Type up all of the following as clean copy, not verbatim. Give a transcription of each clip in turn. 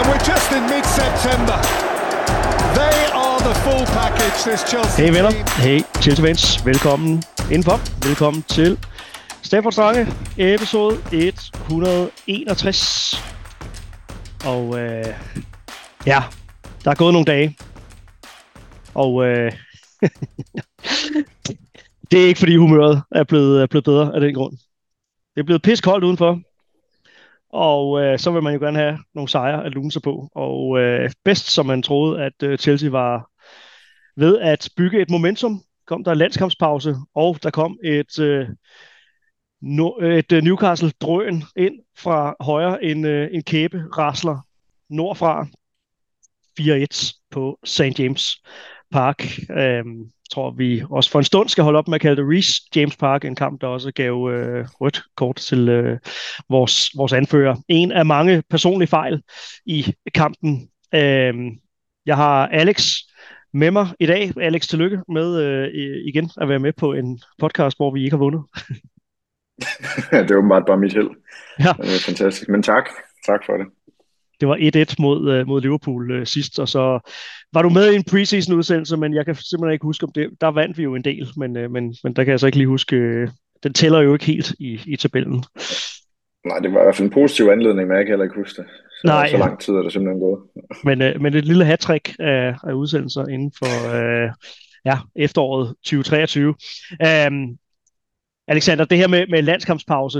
we're just in mid-September. They are the full package, this Chelsea. Hey venner, hey Chelsea fans, velkommen indenfor. Velkommen til Stafford Strange, episode 161. Og ja, der er gået nogle dage. Og det er ikke fordi humøret er blevet bedre af den grund. Det er blevet piskoldt udenfor. Og så vil man jo gerne have nogle sejre at lune sig på. Og bedst som man troede, at Chelsea var ved at bygge et momentum, kom der en landskampspause, og der kom et Newcastle-drøn ind fra højre, en kæbe rasler nordfra, 4-1 på St. James Park. Tror vi også for en stund skal holde op med at kalde det Reece James Park, en kamp, der også gav rødt kort til vores anfører. En af mange personlige fejl i kampen. Jeg har Alex med mig i dag. Alex, tillykke med igen at være med på en podcast, hvor vi ikke har vundet. Det er åbenbart bare mit held. Ja. Fantastisk, men tak for det. Det var 1-1 mod Liverpool sidst, og så var du med i en preseason-udsendelse, men jeg kan simpelthen ikke huske om det. Der vandt vi jo en del, men der kan jeg så ikke lige huske. Den tæller jo ikke helt i tabellen. Nej, det var i hvert fald en positiv anledning, men jeg kan heller ikke huske det. Så lang tid er det simpelthen gået. Men et lille hattrick af udsendelser inden for efteråret 2023. Alexander, det her med landskampspause,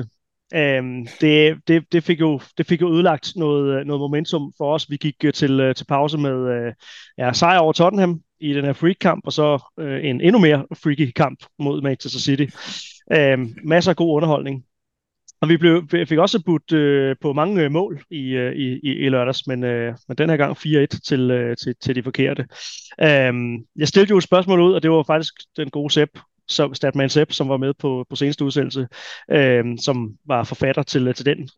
det fik jo ødelagt noget momentum for os. Vi gik til pause med sejr over Tottenham i den her freak-kamp, og så en endnu mere freaky kamp mod Manchester City. Masser af god underholdning. Og vi fik også budt på mange mål i lørdags, men den her gang 4-1 til de forkerte. Jeg stillede jo et spørgsmål ud, og det var faktisk den gode Sepp, Statman Sepp, som var med på seneste udsendelse, som var forfatter til den.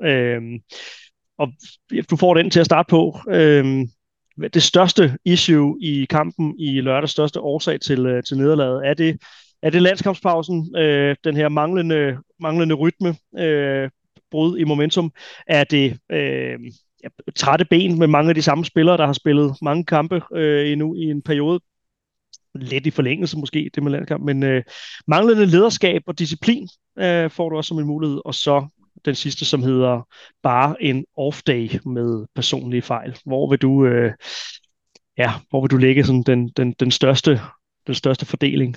Og du får den til at starte på. Det største issue i kampen i lørdag, største årsag til nederlaget, er det landskampspausen, den her manglende rytme, brud i momentum? Er det trætte ben med mange af de samme spillere, der har spillet mange kampe endnu i en periode? Lidt i forlængelse måske, det med landkamp, men manglende lederskab og disciplin får du også som en mulighed, og så den sidste, som hedder bare en off-day med personlige fejl. Hvor vil du lægge sådan den største fordeling?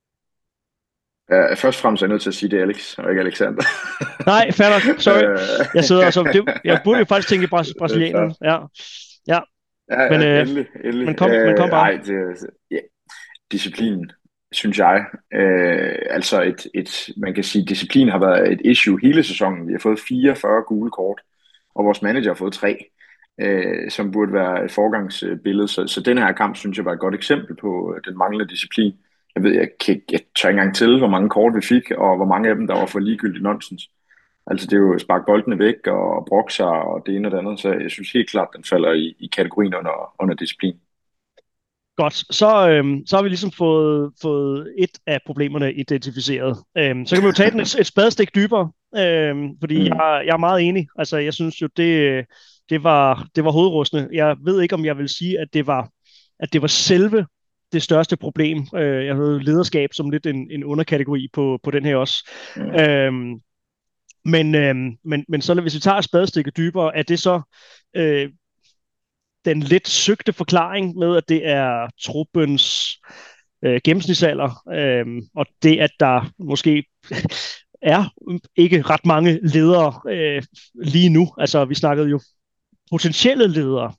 Først og fremmest er jeg nødt til at sige, det er Alex, og ikke Alexander. Nej, fair nok. Sorry. Jeg sidder og jeg burde jo faktisk tænke brasilianerne. Ja. Men endelig. Men kom bare. Disciplinen, synes jeg. Man kan sige, at disciplin har været et issue hele sæsonen. Vi har fået 44 gule kort, og vores manager har fået 3, som burde være et forgangsbillede. Så den her kamp, synes jeg, var et godt eksempel på den manglende disciplin. Jeg tør ikke engang til, hvor mange kort vi fik, og hvor mange af dem, der var for ligegyldigt nonsens. Altså, det er jo spark boldene væk, og brokser, og det ene og det andet. Så jeg synes helt klart, den falder i kategorien under disciplin. Godt, så har vi ligesom fået et af problemerne identificeret. Så kan vi jo tage den et spadestik dybere, fordi jeg er meget enig. Altså, jeg synes jo, det var hovedrystende. Jeg ved ikke, om jeg vil sige, at det var selve det største problem. Jeg havde lederskab som lidt en underkategori på den her også. Men så hvis vi tager spadestikket dybere, er det så den lidt søgte forklaring med, at det er truppens gennemsnitsalder, og det, at der måske er ikke ret mange ledere lige nu. Altså, vi snakkede jo potentielle ledere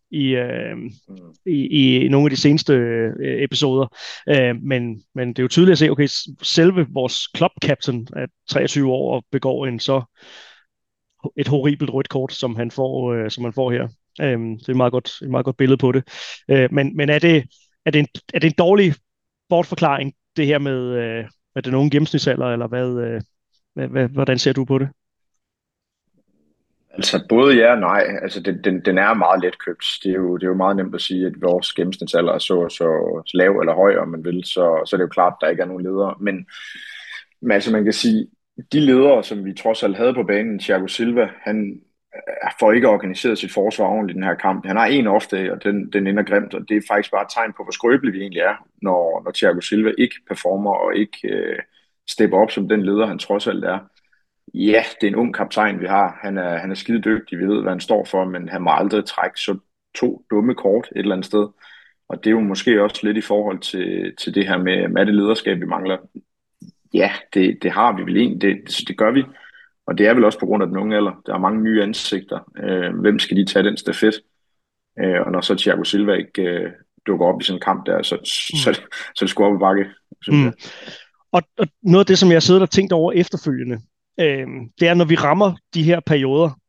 i nogle af de seneste episoder, men det er jo tydeligt at se, okay, selve vores club captain er 23 år og begår et horribelt rødt kort, som han får her. Det er et meget godt billede på det. Men er det en dårlig bortforklaring, det her med den unge gennemsnitsalder, eller hvordan ser du på det? Altså både ja og nej. Altså den er meget letkøbt. Det er jo meget nemt at sige, at vores gennemsnitsalder er så lav eller høj, om man vil, så er det jo klart, at der ikke er nogen ledere. Men altså man kan sige, de ledere, som vi trods alt havde på banen, Thiago Silva, får ikke organiseret sit forsvar ordentligt i den her kamp. Han har en ofte, og den ender grimt, og det er faktisk bare et tegn på, hvor skrøbelig vi egentlig er, når Thiago Silva ikke performer og ikke stepper op som den leder, han trods alt er. Ja, det er en ung kaptajn, vi har. Han er skide dygtig, vi ved, hvad han står for, men han må aldrig trække så 2 dumme kort et eller andet sted. Og det er jo måske også lidt i forhold til det her med det lederskab, vi mangler. Ja, det har vi vel egentlig. Det gør vi. Og det er vel også på grund af den unge alder. Der er mange nye ansigter. Hvem skal de tage den stafet? Og når så Thiago Silva ikke dukker op i sådan en kamp der, så det sgu op i bakke, synes jeg. Og noget af det, som jeg sidder og tænkt over efterfølgende, det er, når vi rammer de her perioder,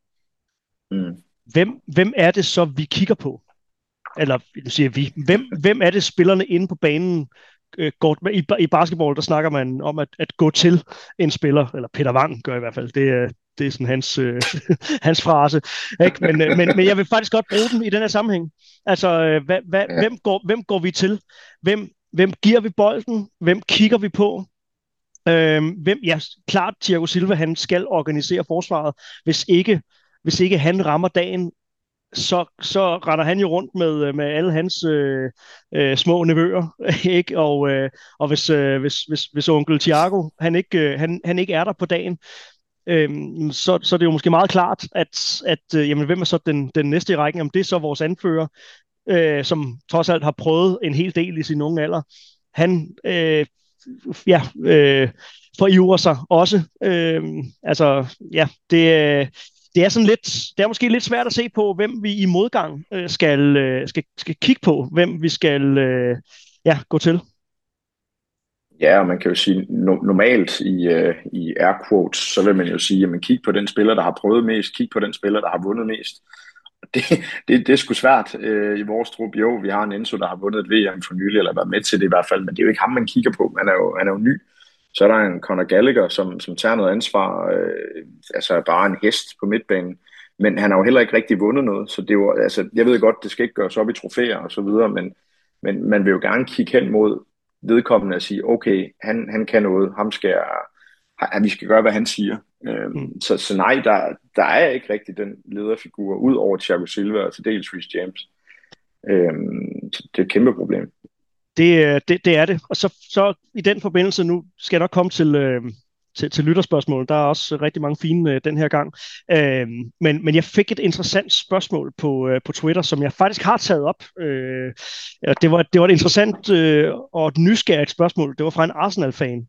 hvem er det så, vi kigger på? Eller nu siger vi, hvem er det spillerne inde på banen går, i basketball, der snakker man om at gå til en spiller, eller Peter Wang gør i hvert fald, det er sådan hans frase, ikke? Men jeg vil faktisk godt bruge den i den her sammenhæng. Altså, hvem går vi til? Hvem giver vi bolden? Hvem kigger vi på? Klart Thiago Silva, han skal organisere forsvaret. Hvis ikke han rammer dagen, så render han jo rundt med alle hans små nevøer, ikke? Og hvis onkel Thiago han ikke er der på dagen, så er det jo måske meget klart, at jamen, hvem er så den næste i rækken? Jamen, det er så vores anfører, som trods alt har prøvet en hel del i sin unge alder. Han forivrer sig også. Det er sådan lidt, det er måske lidt svært at se på, hvem vi i modgang skal kigge på, hvem vi skal gå til. Ja, og man kan jo sige, normalt i air quotes, så vil man jo sige, at man kigger på den spiller, der har prøvet mest, kigger på den spiller, der har vundet mest. Det er sgu svært i vores trup. Jo, vi har en Enzo, der har vundet et VM for nylig, eller været med til det i hvert fald, men det er jo ikke ham, man kigger på. Han er jo ny. Så er der en Conor Gallagher, som tager noget ansvar, altså bare en hest på midtbanen. Men han har jo heller ikke rigtig vundet noget, så det er jo, altså, jeg ved godt, det skal ikke gøres op i trofæer og så videre, men man vil jo gerne kigge hen mod vedkommende og sige, okay, han kan noget, vi skal gøre, hvad han siger. Så nej, der er ikke rigtig den lederfigur, ud over Thiago Silva og til dels Reece James. Det er et kæmpe problem. Det er det. Og så i den forbindelse, nu skal jeg nok komme til lytterspørgsmål. Der er også rigtig mange fine den her gang. Men jeg fik et interessant spørgsmål på Twitter, som jeg faktisk har taget op. Det var et interessant og et nysgerrigt spørgsmål. Det var fra en Arsenal-fan,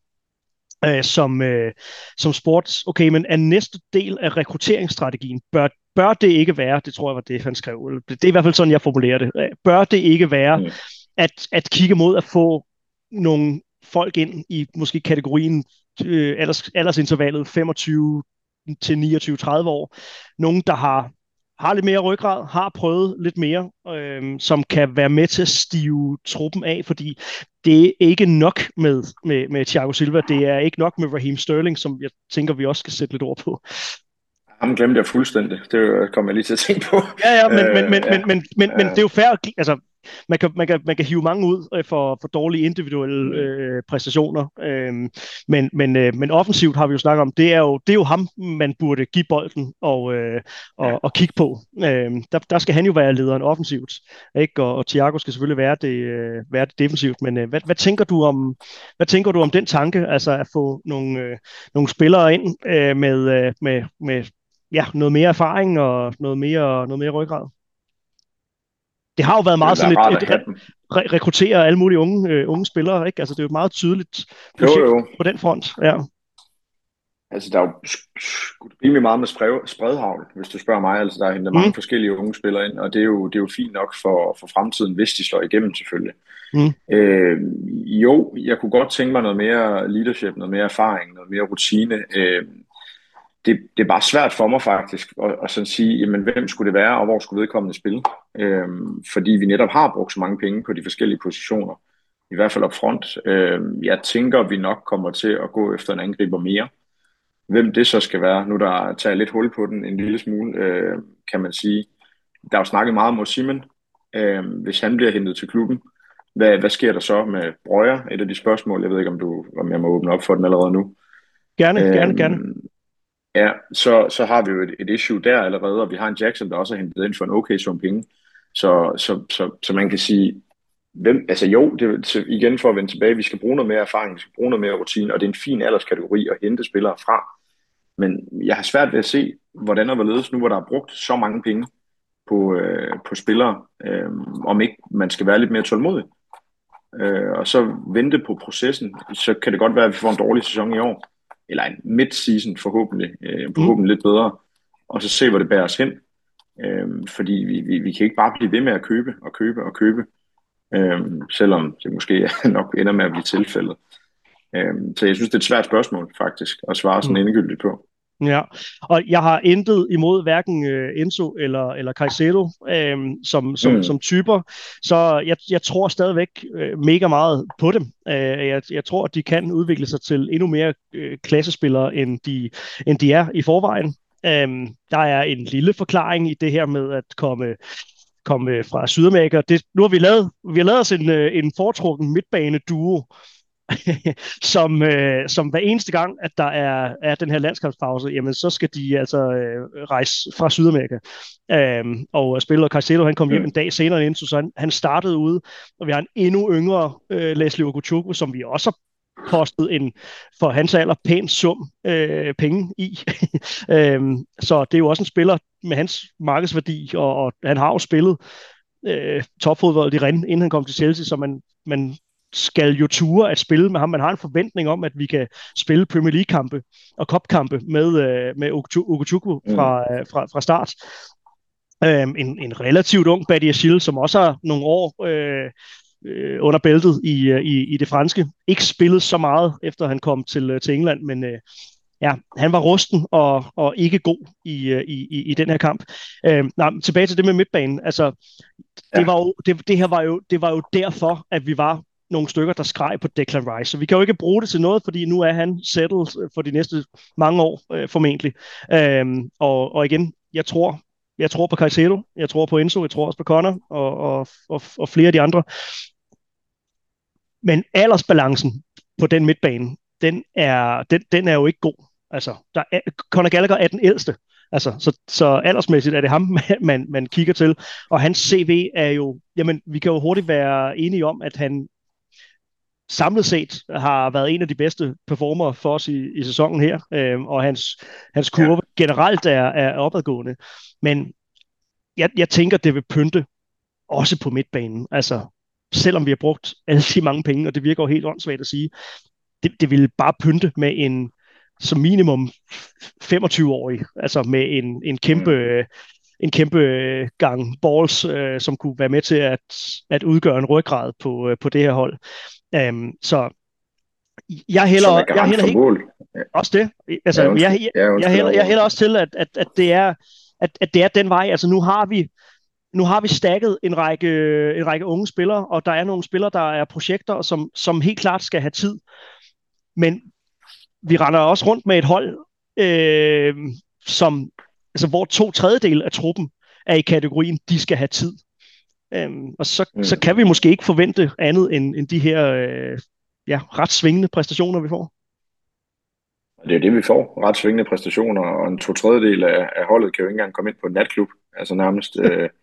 som spurgte, okay, men er næste del af rekrutteringsstrategien, bør det ikke være, det tror jeg var det, han skrev. Det er i hvert fald sådan, jeg formulerer det. Bør det ikke være at kigge mod at få nogle folk ind i måske kategorien aldersintervallet 25 til 29-30 år. Nogen, der har lidt mere ryggrad, har prøvet lidt mere, som kan være med til at stive truppen af, fordi det er ikke nok med Thiago Silva, det er ikke nok med Raheem Sterling, som jeg tænker, vi også skal sætte lidt ord på. Ham glemte jeg fuldstændig. Det kommer jeg lige til at tænke på. Ja, men det er jo fair. Altså, man kan hive mange ud for dårlige individuelle præstationer. Men offensivt har vi jo snakket om, det er jo ham, man burde give bolden og kigge på. Der skal han jo være lederen offensivt, ikke? Og Thiago skal selvfølgelig være det defensivt. Men hvad tænker du om den tanke, altså at få nogle spillere ind med noget mere erfaring og noget mere ryggrad? Det har jo været meget sådan et rekruttere alle mulige unge spillere, ikke? Altså det er jo et meget tydeligt projekt på den front. Ja. Altså der er jo rimelig meget med spredhavl, hvis du spørger mig. Altså der er hentet mange forskellige unge spillere ind, og det er jo fint nok for fremtiden, hvis de slår igennem selvfølgelig. Jo, jeg kunne godt tænke mig noget mere leadership, noget mere erfaring, noget mere rutine. Det er bare svært for mig faktisk at sådan sige, jamen hvem skulle det være, og hvor skulle vedkommende spille? Fordi vi netop har brugt så mange penge på de forskellige positioner, i hvert fald op front. Jeg tænker, vi nok kommer til at gå efter en angriber mere. Hvem det så skal være, nu der tager lidt hul på den en lille smule, kan man sige. Der er jo snakket meget om Osimhen. Hvis han bliver hentet til klubben, hvad sker der så med Brøjer? Et af de spørgsmål, jeg ved ikke, om jeg må åbne op for den allerede nu. Gerne. Ja, så har vi jo et issue der allerede, og vi har en Jackson, der også er hentet ind for en okay sum penge. Så man kan sige, altså jo, så igen for at vende tilbage, vi skal bruge noget mere erfaring, vi skal bruge noget mere rutine, og det er en fin alderskategori at hente spillere fra. Men jeg har svært ved at se, hvordan og hvorledes nu, hvor der er brugt så mange penge på spillere, om ikke man skal være lidt mere tålmodig. Og så vente på processen, så kan det godt være, at vi får en dårlig sæson i år, eller en mid-season forhåbentlig lidt bedre, og så se, hvor det bærer os hen. Fordi vi kan ikke bare blive ved med at købe, selvom det måske nok ender med at blive tilfældet. Så jeg synes, det er et svært spørgsmål faktisk, at svare sådan endegyldigt på. Ja, og jeg har intet imod hverken Enzo eller Caicedo som typer, så jeg tror stadigvæk mega meget på dem. Jeg tror, at de kan udvikle sig til endnu mere klassespillere, end de er i forvejen. Der er en lille forklaring i det her med at komme fra Sydamerika. Nu har vi har lavet os en foretrukken midtbane-duo, som hver eneste gang, at der er den her landskampspause, jamen så skal de altså rejse fra Sydamerika og spille. Og Caicedo, han kom hjem en dag senere end, så han startede ude, og vi har en endnu yngre Leslie Ogochukwu, som vi også har postet en for hans alder pæn sum penge i. Så det er jo også en spiller med hans markedsværdi, og han har jo spillet topfodbold i Rennes, inden han kom til Chelsea, så man skal jo ture at spille med ham. Man har en forventning om, at vi kan spille Premier League-kampe og Cup-kampe med Ogochukwu fra start. En relativt ung Badiashile, som også har nogle år under bæltet i det franske. Ikke spillet så meget, efter han kom til England, men ja, han var rusten og ikke god i den her kamp. Tilbage til det med midtbanen. Altså, det var jo derfor, at vi var nogle stykker, der skreg på Declan Rice. Så vi kan jo ikke bruge det til noget, fordi nu er han settled for de næste mange år, formentlig. Og igen, jeg tror på Caicedo, jeg tror på Enzo, jeg tror også på Connor og flere af de andre. Men aldersbalancen på den midtbane, den er jo ikke god. Altså, Conor Gallagher er den ældste. Altså, så aldersmæssigt er det ham, man kigger til. Og hans CV er jo, jamen, vi kan jo hurtigt være enige om, at han samlet set har været en af de bedste performer for os i sæsonen her, og hans kurve generelt er opadgående. Men jeg tænker, det vil pynte også på midtbanen. Altså, selvom vi har brugt alle de mange penge, og det virker jo helt åndssvagt at sige, det vil bare pynte med en som minimum 25-årig, altså med en kæmpe gang balls, som kunne være med til at udgøre en ryggrad på det her hold. Så jeg hælder ikke også det. Altså, jeg hælder også til, at det er den vej. Altså, nu har vi stacket en række unge spillere, og der er nogle spillere, der er projekter, som helt klart skal have tid. Men vi render også rundt med et hold, hvor 2/3 af truppen er i kategorien, de skal have tid. Og så kan vi måske ikke forvente andet end de her ret svingende præstationer, vi får. Det er det, vi får. Ret svingende præstationer, og en 2/3 af holdet kan jo ikke engang komme ind på en natklub, altså nærmest,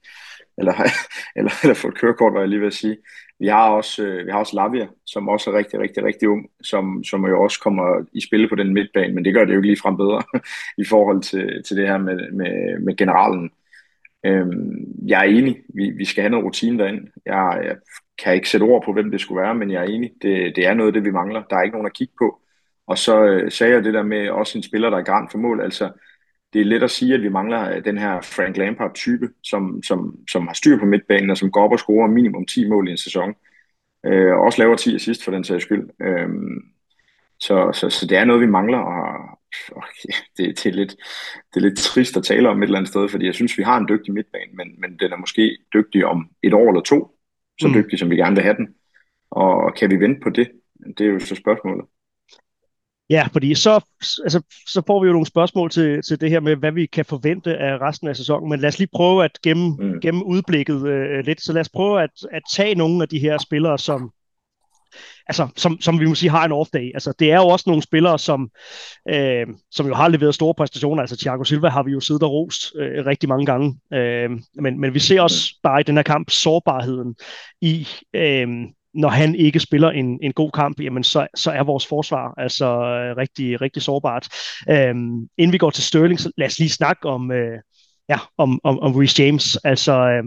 eller få et kørekort, var jeg lige ved at sige. Vi har også Lavia, som også er rigtig, rigtig, rigtig ung, som jo også kommer i spil på den midtbane, men det gør det jo ikke ligefrem bedre i forhold til det her med generalen. Jeg er enig, vi skal have noget rutine derind. Jeg kan ikke sætte ord på, hvem det skulle være, men jeg er enig. Det er noget af det, vi mangler. Der er ikke nogen at kigge på. Og så sagde jeg det der med også en spiller, der er garant for mål. Altså, det er let at sige, at vi mangler den her Frank Lampard-type, som har styr på midtbanen, og som går op og scorer minimum 10 mål i en sæson. Også laver 10 assist for den sags skyld. Så det er noget, vi mangler, og det er lidt trist at tale om et eller andet sted, fordi jeg synes, vi har en dygtig midtbane, men den er måske dygtig om 1 år eller 2, så dygtig, som vi gerne vil have den. Og kan vi vente på det? Det er jo så spørgsmålet. Ja, fordi så får vi jo nogle spørgsmål til det her med, hvad vi kan forvente af resten af sæsonen, men lad os lige prøve at gemme udblikket lidt. Så lad os prøve at tage nogle af de her spillere, som vi må sige har en off-day. Altså, det er jo også nogle spillere, som jo har leveret store præstationer. Altså, Thiago Silva har vi jo siddet og rost rigtig mange gange. Men vi ser også bare i den her kamp sårbarheden i, når han ikke spiller en god kamp, jamen så er vores forsvar altså rigtig, rigtig sårbart. Inden vi går til Sterling, så lad os lige snakke om Reece James. Altså,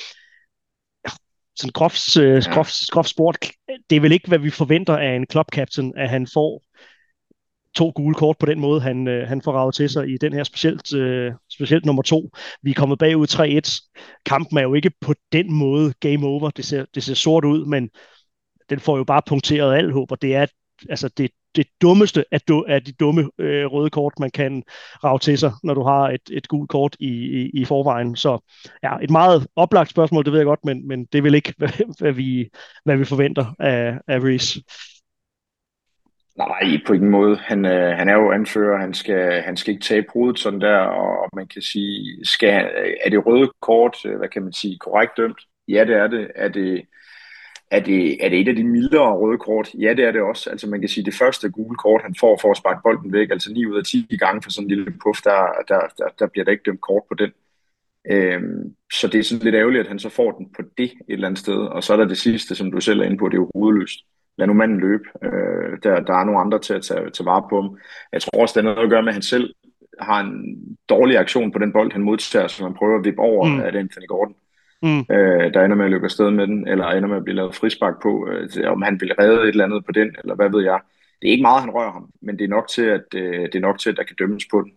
sådan groft sport, det er vel ikke, hvad vi forventer af en club captain, at han får 2 gule kort på den måde, han får raget til sig i den her specielt nummer 2. Vi er kommet bagud 3-1. Kampen er jo ikke på den måde game over. Det ser sort ud, men den får jo bare punkteret alt håb, og det er altså det dummeste af de dumme røde kort, man kan rage til sig, når du har et gult kort i forvejen. Så ja, et meget oplagt spørgsmål, det ved jeg godt, men det er vel ikke, hvad vi forventer af Reece. Nej, på ingen måde. Han er jo anfører, han skal ikke tabe hovedet sådan der, og man kan sige, er det røde kort, hvad kan man sige, korrekt dømt? Ja, det er det. Er det et af de mildere røde kort? Ja, det er det også. Altså man kan sige, det første gule kort, han får for at sparke bolden væk, altså 9 ud af 10 gange for sådan en lille puff, der bliver der ikke dømt kort på den. Så det er sådan lidt ærgerligt, at han så får den på det et eller andet sted. Og så er der det sidste, som du selv er inde på, det er jo hovedløst. Lad nu manden løbe. Der er nogle andre til at tage vare på ham. Jeg tror også, det er noget at gøre med, at han selv har en dårlig aktion på den bold, han modtager, så man prøver at vippe over af Anthony Gordon. Der ender med at løbe afsted med den, eller ender med at blive lavet frispark på, om han vil redde et eller andet på den, eller hvad ved jeg. Det er ikke meget, han rører ham, men det er nok til, at der kan dømmes på den.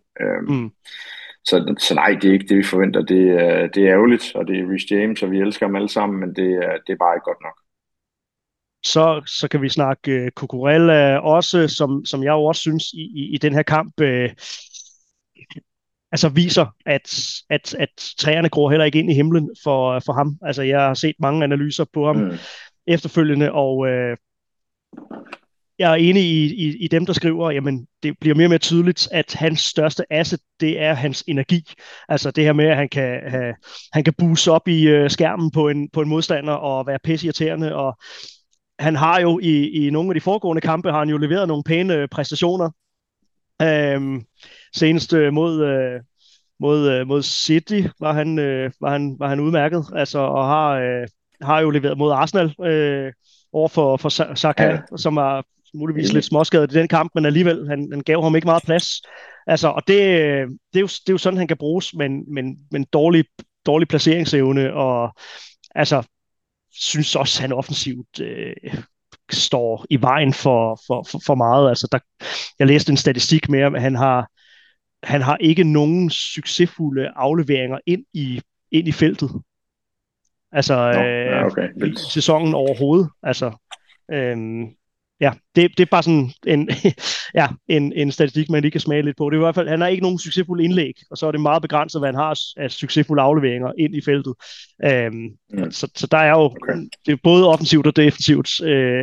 Så nej, det er ikke det, vi forventer. Det er ærgerligt, og det er Reece James, og vi elsker ham alle sammen, men det er bare ikke godt nok. Så kan vi snakke Cucurella også, som jeg jo også synes i den her kamp altså viser, at træerne går heller ikke ind i himlen for ham. Altså, jeg har set mange analyser på ham efterfølgende, og jeg er enig i dem, der skriver, jamen, det bliver mere og mere tydeligt, at hans største asset, det er hans energi. Altså det her med, at han kan booste op i skærmen på en modstander og være pisseirriterende, og han har jo i nogle af de foregående kampe, har han jo leveret nogle pæne præstationer. Senest mod City var han udmærket, altså, og har jo leveret mod Arsenal over for Saka, som var muligvis lidt småskadet i den kamp, men alligevel han gav ham ikke meget plads. Altså, og det er jo sådan, han kan bruges, men dårlig placeringsevne, og altså synes også, han offensivt står i vejen for meget. Altså, jeg læste en statistik med, at han har ikke nogen succesfulde afleveringer ind i feltet. Altså i sæsonen overhovedet. Altså ja, det er bare sådan en statistik, man lige kan smage lidt på. Det er i hvert fald, han har ikke nogen succesfulde indlæg, og så er det meget begrænset, hvad han har af succesfulde afleveringer ind i feltet. Så der er jo det er både offensivt og defensivt,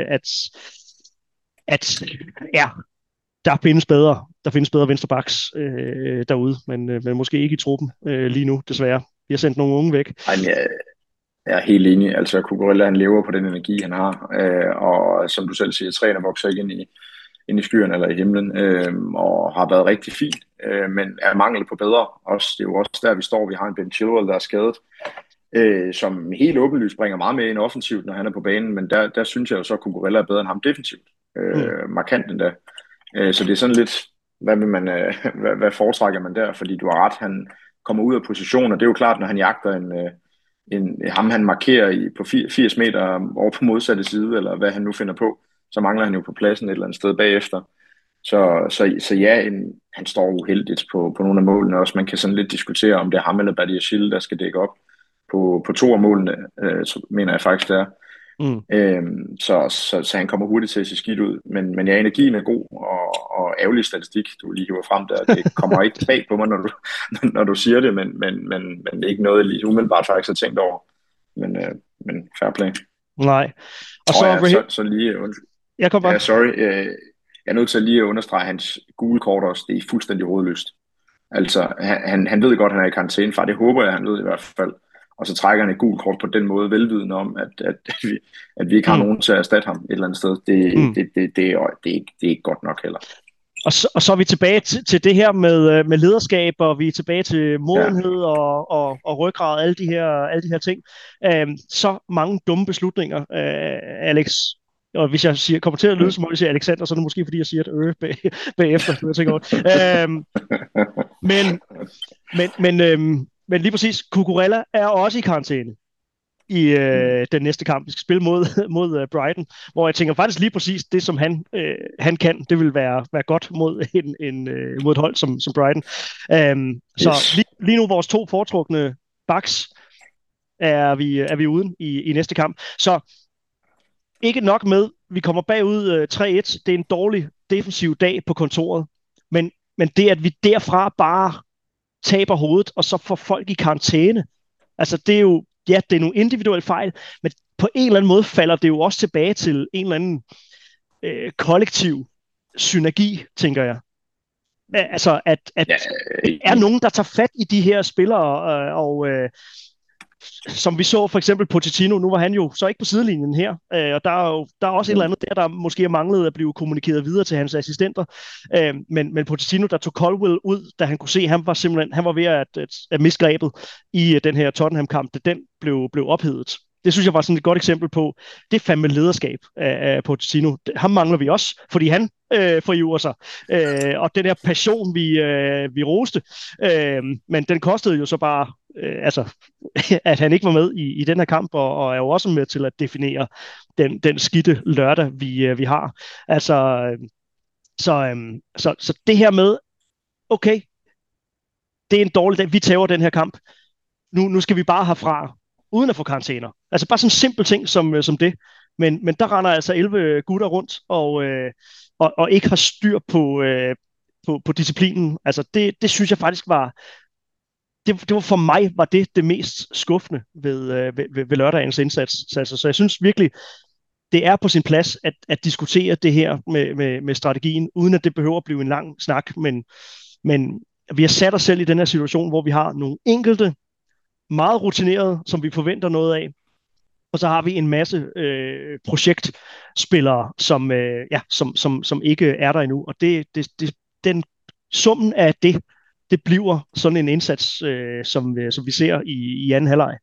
at der findes bedre venstrebacks derude, men måske ikke i truppen lige nu, desværre. Vi har sendt nogle unge væk. Jeg er helt enig. Altså, Cucurella, han lever på den energi, han har. Og som du selv siger, træner vokser ikke ind i skyerne eller i himlen, og har været rigtig fint, men er mangel på bedre også. Det er jo også der, vi står. Vi har en Ben Chilwell, der er skadet, som helt åbenlyst bringer meget mere ind offensivt, når han er på banen, men der synes jeg jo så, at Cucurella er bedre end ham defensivt. Markant endda. Så det er sådan lidt, hvad foretrækker man der? Fordi du har ret, han kommer ud af position, og det er jo klart, når han jagter ham han markerer på 80 meter over på modsatte side, eller hvad han nu finder på, så mangler han jo på pladsen et eller andet sted bagefter. Så ja, han står uheldigt på nogle af målene også. Man kan sådan lidt diskutere, om det er ham eller Badiashile, der skal dække op på 2 af målene, så mener jeg faktisk, det er. Så han kommer hurtigt til at se skidt ud, men ja, energien er god, og ærgerlig statistik, du lige hiver frem der. Det kommer ikke bag på mig, når du siger det, men det er ikke noget, jeg lige umiddelbart faktisk har tænkt over. Men fair play. Nej. Og så lige... Jeg kom bare. Ja, sorry. Jeg er nødt til at lige understrege hans gule kort også. Det er fuldstændig rådløst. Altså, han ved godt, han er i karantæne. Det håber jeg, han ved i hvert fald. og så trækker han et gult kort på den måde, velvidende om, at vi ikke har nogen til at erstatte ham et eller andet sted. Det er ikke godt nok heller. Og så er vi tilbage til det her med lederskab, og vi er tilbage til modenhed og ryggrad og alle de her ting. Så mange dumme beslutninger, Alex. Og hvis jeg kommer til at lyde som om jeg siger Alexander, så er det måske fordi jeg siger et bagefter. Jeg tænker men lige præcis, Cucurella er også i karantæne i den næste kamp. Vi skal spille mod Brighton, hvor jeg tænker faktisk lige præcis det, som han kan, det vil være godt mod et hold som Brighton. Så lige nu vores 2 foretrukne backs er vi uden i næste kamp. Så ikke nok med, vi kommer bagud 3-1. Det er en dårlig defensiv dag på kontoret, men det, at vi derfra bare taber hovedet, og så får folk i karantæne, altså det er jo, ja, det er nogle individuelle fejl, men på en eller anden måde falder det jo også tilbage til en eller anden kollektiv synergi, tænker jeg. Altså, at er nogen, der tager fat i de her spillere, og som vi så for eksempel Pochettino, nu var han jo så ikke på sidelinjen her, og der er også et eller andet der måske er manglet at blive kommunikeret videre til hans assistenter, men Pochettino, der tog Colwill ud, da han kunne se, at han var ved at miste grebet i den her Tottenham-kamp, da den blev ophedet. Det synes jeg var sådan et godt eksempel på, det er fandme lederskab af Pochettino. Ham mangler vi også, fordi han frigiver sig. Og den her passion, vi roste, men den kostede jo så bare, at han ikke var med i den her kamp, og er jo også med til at definere den skidte lørdag, vi har. Så det her med, okay, det er en dårlig dag, vi tager den her kamp. Nu skal vi bare herfra, uden at få karantæner. Altså bare sådan en simpel ting som det. Men der render altså 11 gutter rundt, og ikke har styr på disciplinen. Altså det synes jeg faktisk var, det var for mig var det mest skuffende ved lørdagens indsats. Altså, så jeg synes virkelig, det er på sin plads at diskutere det her med strategien, uden at det behøver at blive en lang snak. Men vi har sat os selv i den her situation, hvor vi har nogle enkelte, meget rutinerede, som vi forventer noget af. Og så har vi en masse projektspillere, som ikke er der endnu. Og den summen af det bliver sådan en indsats, som vi ser i anden halvleg.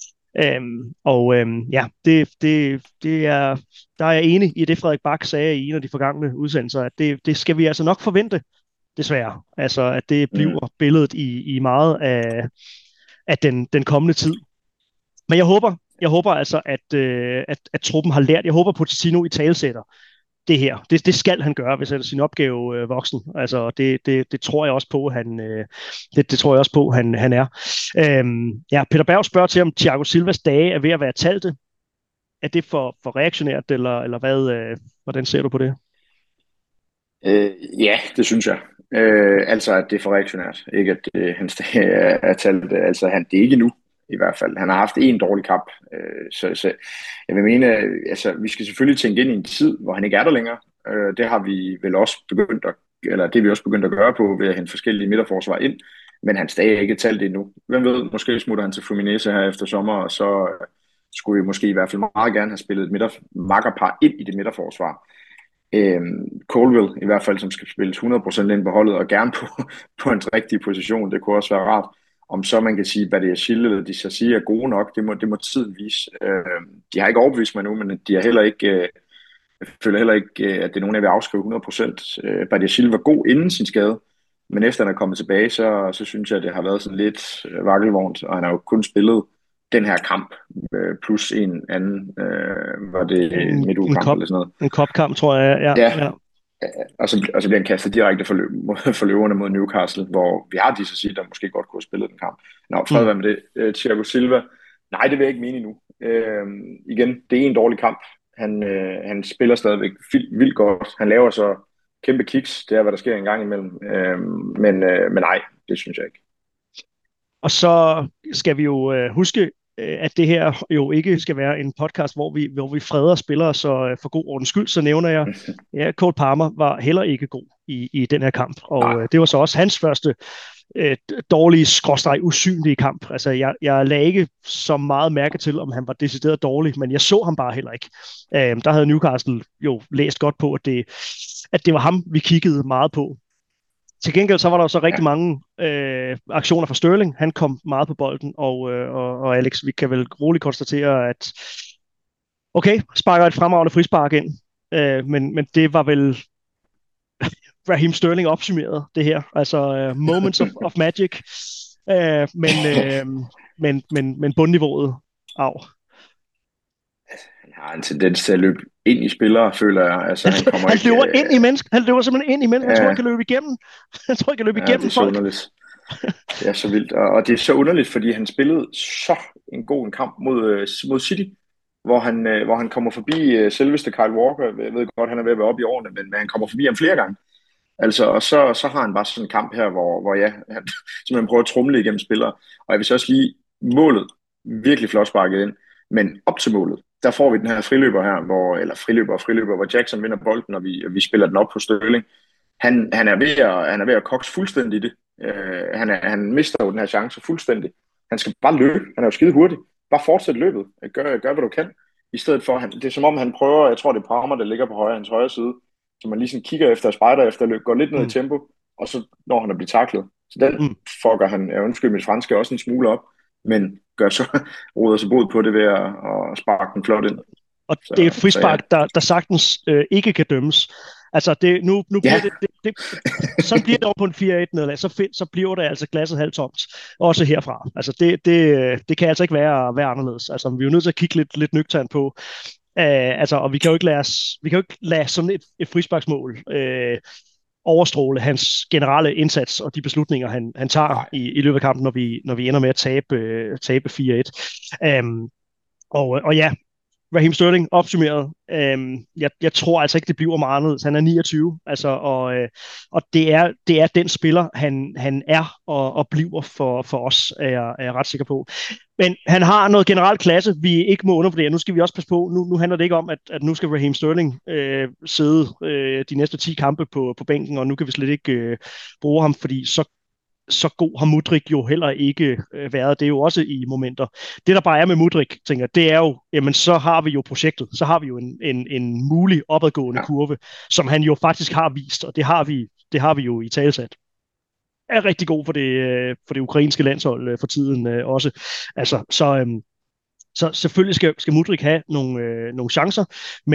Det er, der er jeg enig i det, Frederik Bak sagde i en af de forgangne udsendelser, at det skal vi altså nok forvente, desværre. Altså, at det bliver billedet i meget af den kommende tid. Men jeg håber altså, at truppen har lært. Jeg håber, Pochettino italesætter det her. Det skal han gøre, hvis han er sin opgave voksen. Altså, det tror jeg også på, det tror jeg også på, han er. Peter Berg spørger til, om Thiago Silvas dage er ved at være talte. Er det for reaktionært, eller hvad? Hvordan ser du på det? Ja, det synes jeg. Altså, at det er for reaktionært. Ikke, at hans dage er talt. Altså, det er ikke nu. I hvert fald. Han har haft en dårlig kamp. Så jeg vil mene, altså vi skal selvfølgelig tænke ind i en tid, hvor han ikke er der længere. Det har vi vel også begyndt at gøre på ved at hente forskellige midterforsvar ind, men hans dage er ikke talt endnu. Hvem ved, måske smutter han til Fluminense her efter sommer, og så skulle vi måske i hvert fald meget gerne have spillet et makkerpar ind i det midterforsvar. Colwill i hvert fald, som skal spilles 100% ind på holdet, og gerne på hans rigtige position. Det kunne også være rart. Om så man kan sige, at Badiashile eller Disasi er gode nok, det må tiden vise. De har ikke overbevist mig nu, men de har heller ikke, jeg føler heller ikke, at det er nogen, jeg vil afskrive 100%. Badiashile var god inden sin skade, men efter han er kommet tilbage, så synes jeg, at det har været sådan lidt vakkelvognt, og han har jo kun spillet den her kamp, plus en anden, var det en midtugkamp eller sådan noget. En kopkamp, tror jeg, ja. Og så bliver han kastet direkte for løverne mod Newcastle, hvor vi har Disasi, der måske godt kunne have spillet den kamp. Nå, fred være med det. Thiago Silva, nej, det vil jeg ikke mene endnu. Igen, det er en dårlig kamp. Han spiller stadigvæk vildt godt. Han laver så kæmpe kicks, det er, hvad der sker en gang imellem. Men nej, det synes jeg ikke. Og så skal vi jo huske at det her jo ikke skal være en podcast, hvor vi freder spillere, så for god ordens skyld, så nævner jeg, ja, Cole Palmer var heller ikke god i den her kamp, og det var så også hans første dårlige usynlige kamp. Altså, jeg lagde ikke så meget mærke til, om han var decideret dårlig, men jeg så ham bare heller ikke. Der havde Newcastle jo læst godt på, at det var ham, vi kiggede meget på. Til gengæld så var der jo så rigtig mange aktioner fra Sterling. Han kom meget på bolden, og Alex, vi kan vel roligt konstatere, at okay, sparker et fremragende frispark ind, men det var vel Raheem Sterling opsummeret, det her. Altså moments of magic, men bundniveauet af. Han har en tendens til at løbe ind i spillere, føler jeg. Altså, han løber ind i mennesker. Han løber simpelthen ind i mennesker. Jeg tror, han kan løbe igennem. Jeg tror, han kan løbe igennem folk. Det er så vildt. Og det er så underligt, fordi han spillede så en god kamp mod City, hvor han kommer forbi selveste Kyle Walker. Jeg ved godt, han er ved at være oppe i årene, men han kommer forbi ham flere gange. Altså, og så har han bare sådan en kamp her, hvor ja, han simpelthen prøver at tromle igennem spillere. Og jeg vil så også lige målet virkelig flot sparket ind, men op til målet, der får vi den her friløber her, hvor Jackson vinder bolden, og vi spiller den op på Sterling. Han er ved at kokse fuldstændig i det. Han mister jo den her chance fuldstændig. Han skal bare løbe. Han er jo skide hurtig. Bare fortsæt løbet. Gør hvad du kan. I stedet for, det er som om han prøver, jeg tror det er Palmer, der ligger på hans højre side, så man lige sådan kigger efter og spejder efter løb, går lidt ned i tempo, og så når han at blive taklet. Så den fucker han, jeg undskyld mit franske, også en smule op, men gør så roder sig bod på det ved at sparke den flot ind. Og så, det er et frispark, der sagtens ikke kan dømmes. Altså, nu bliver det så bliver det over på en 4-1 nederlag, så bliver det altså glasset halvtomt, også herfra. Altså, det kan altså ikke være anderledes. Altså, vi er jo nødt til at kigge lidt nøgternt på, og vi kan jo ikke lade sådan et frisparksmål overstråle hans generelle indsats og de beslutninger, han tager i løbet af kampen, når vi ender med at tabe 4-1. Og ja, Raheem Sterling opsummeret. Jeg tror altså ikke, det bliver meget anderledes. Han er 29, altså, og det er den spiller, han er og bliver for os, er jeg ret sikker på. Men han har noget generelt klasse, vi ikke må undervurdere. Nu skal vi også passe på. Nu handler det ikke om, at nu skal Raheem Sterling sidde de næste 10 kampe på bænken, og nu kan vi slet ikke bruge ham, fordi så god har Mudryk jo heller ikke været. Det er jo også i momenter. Det, der bare er med Mudryk, tænker det er jo, jamen så har vi jo projektet. Så har vi jo en mulig opadgående kurve, som han jo faktisk har vist, og det har vi jo i talesat. Er rigtig god for det ukrainske landshold for tiden også. Altså, så selvfølgelig skal Mudryk have nogle chancer,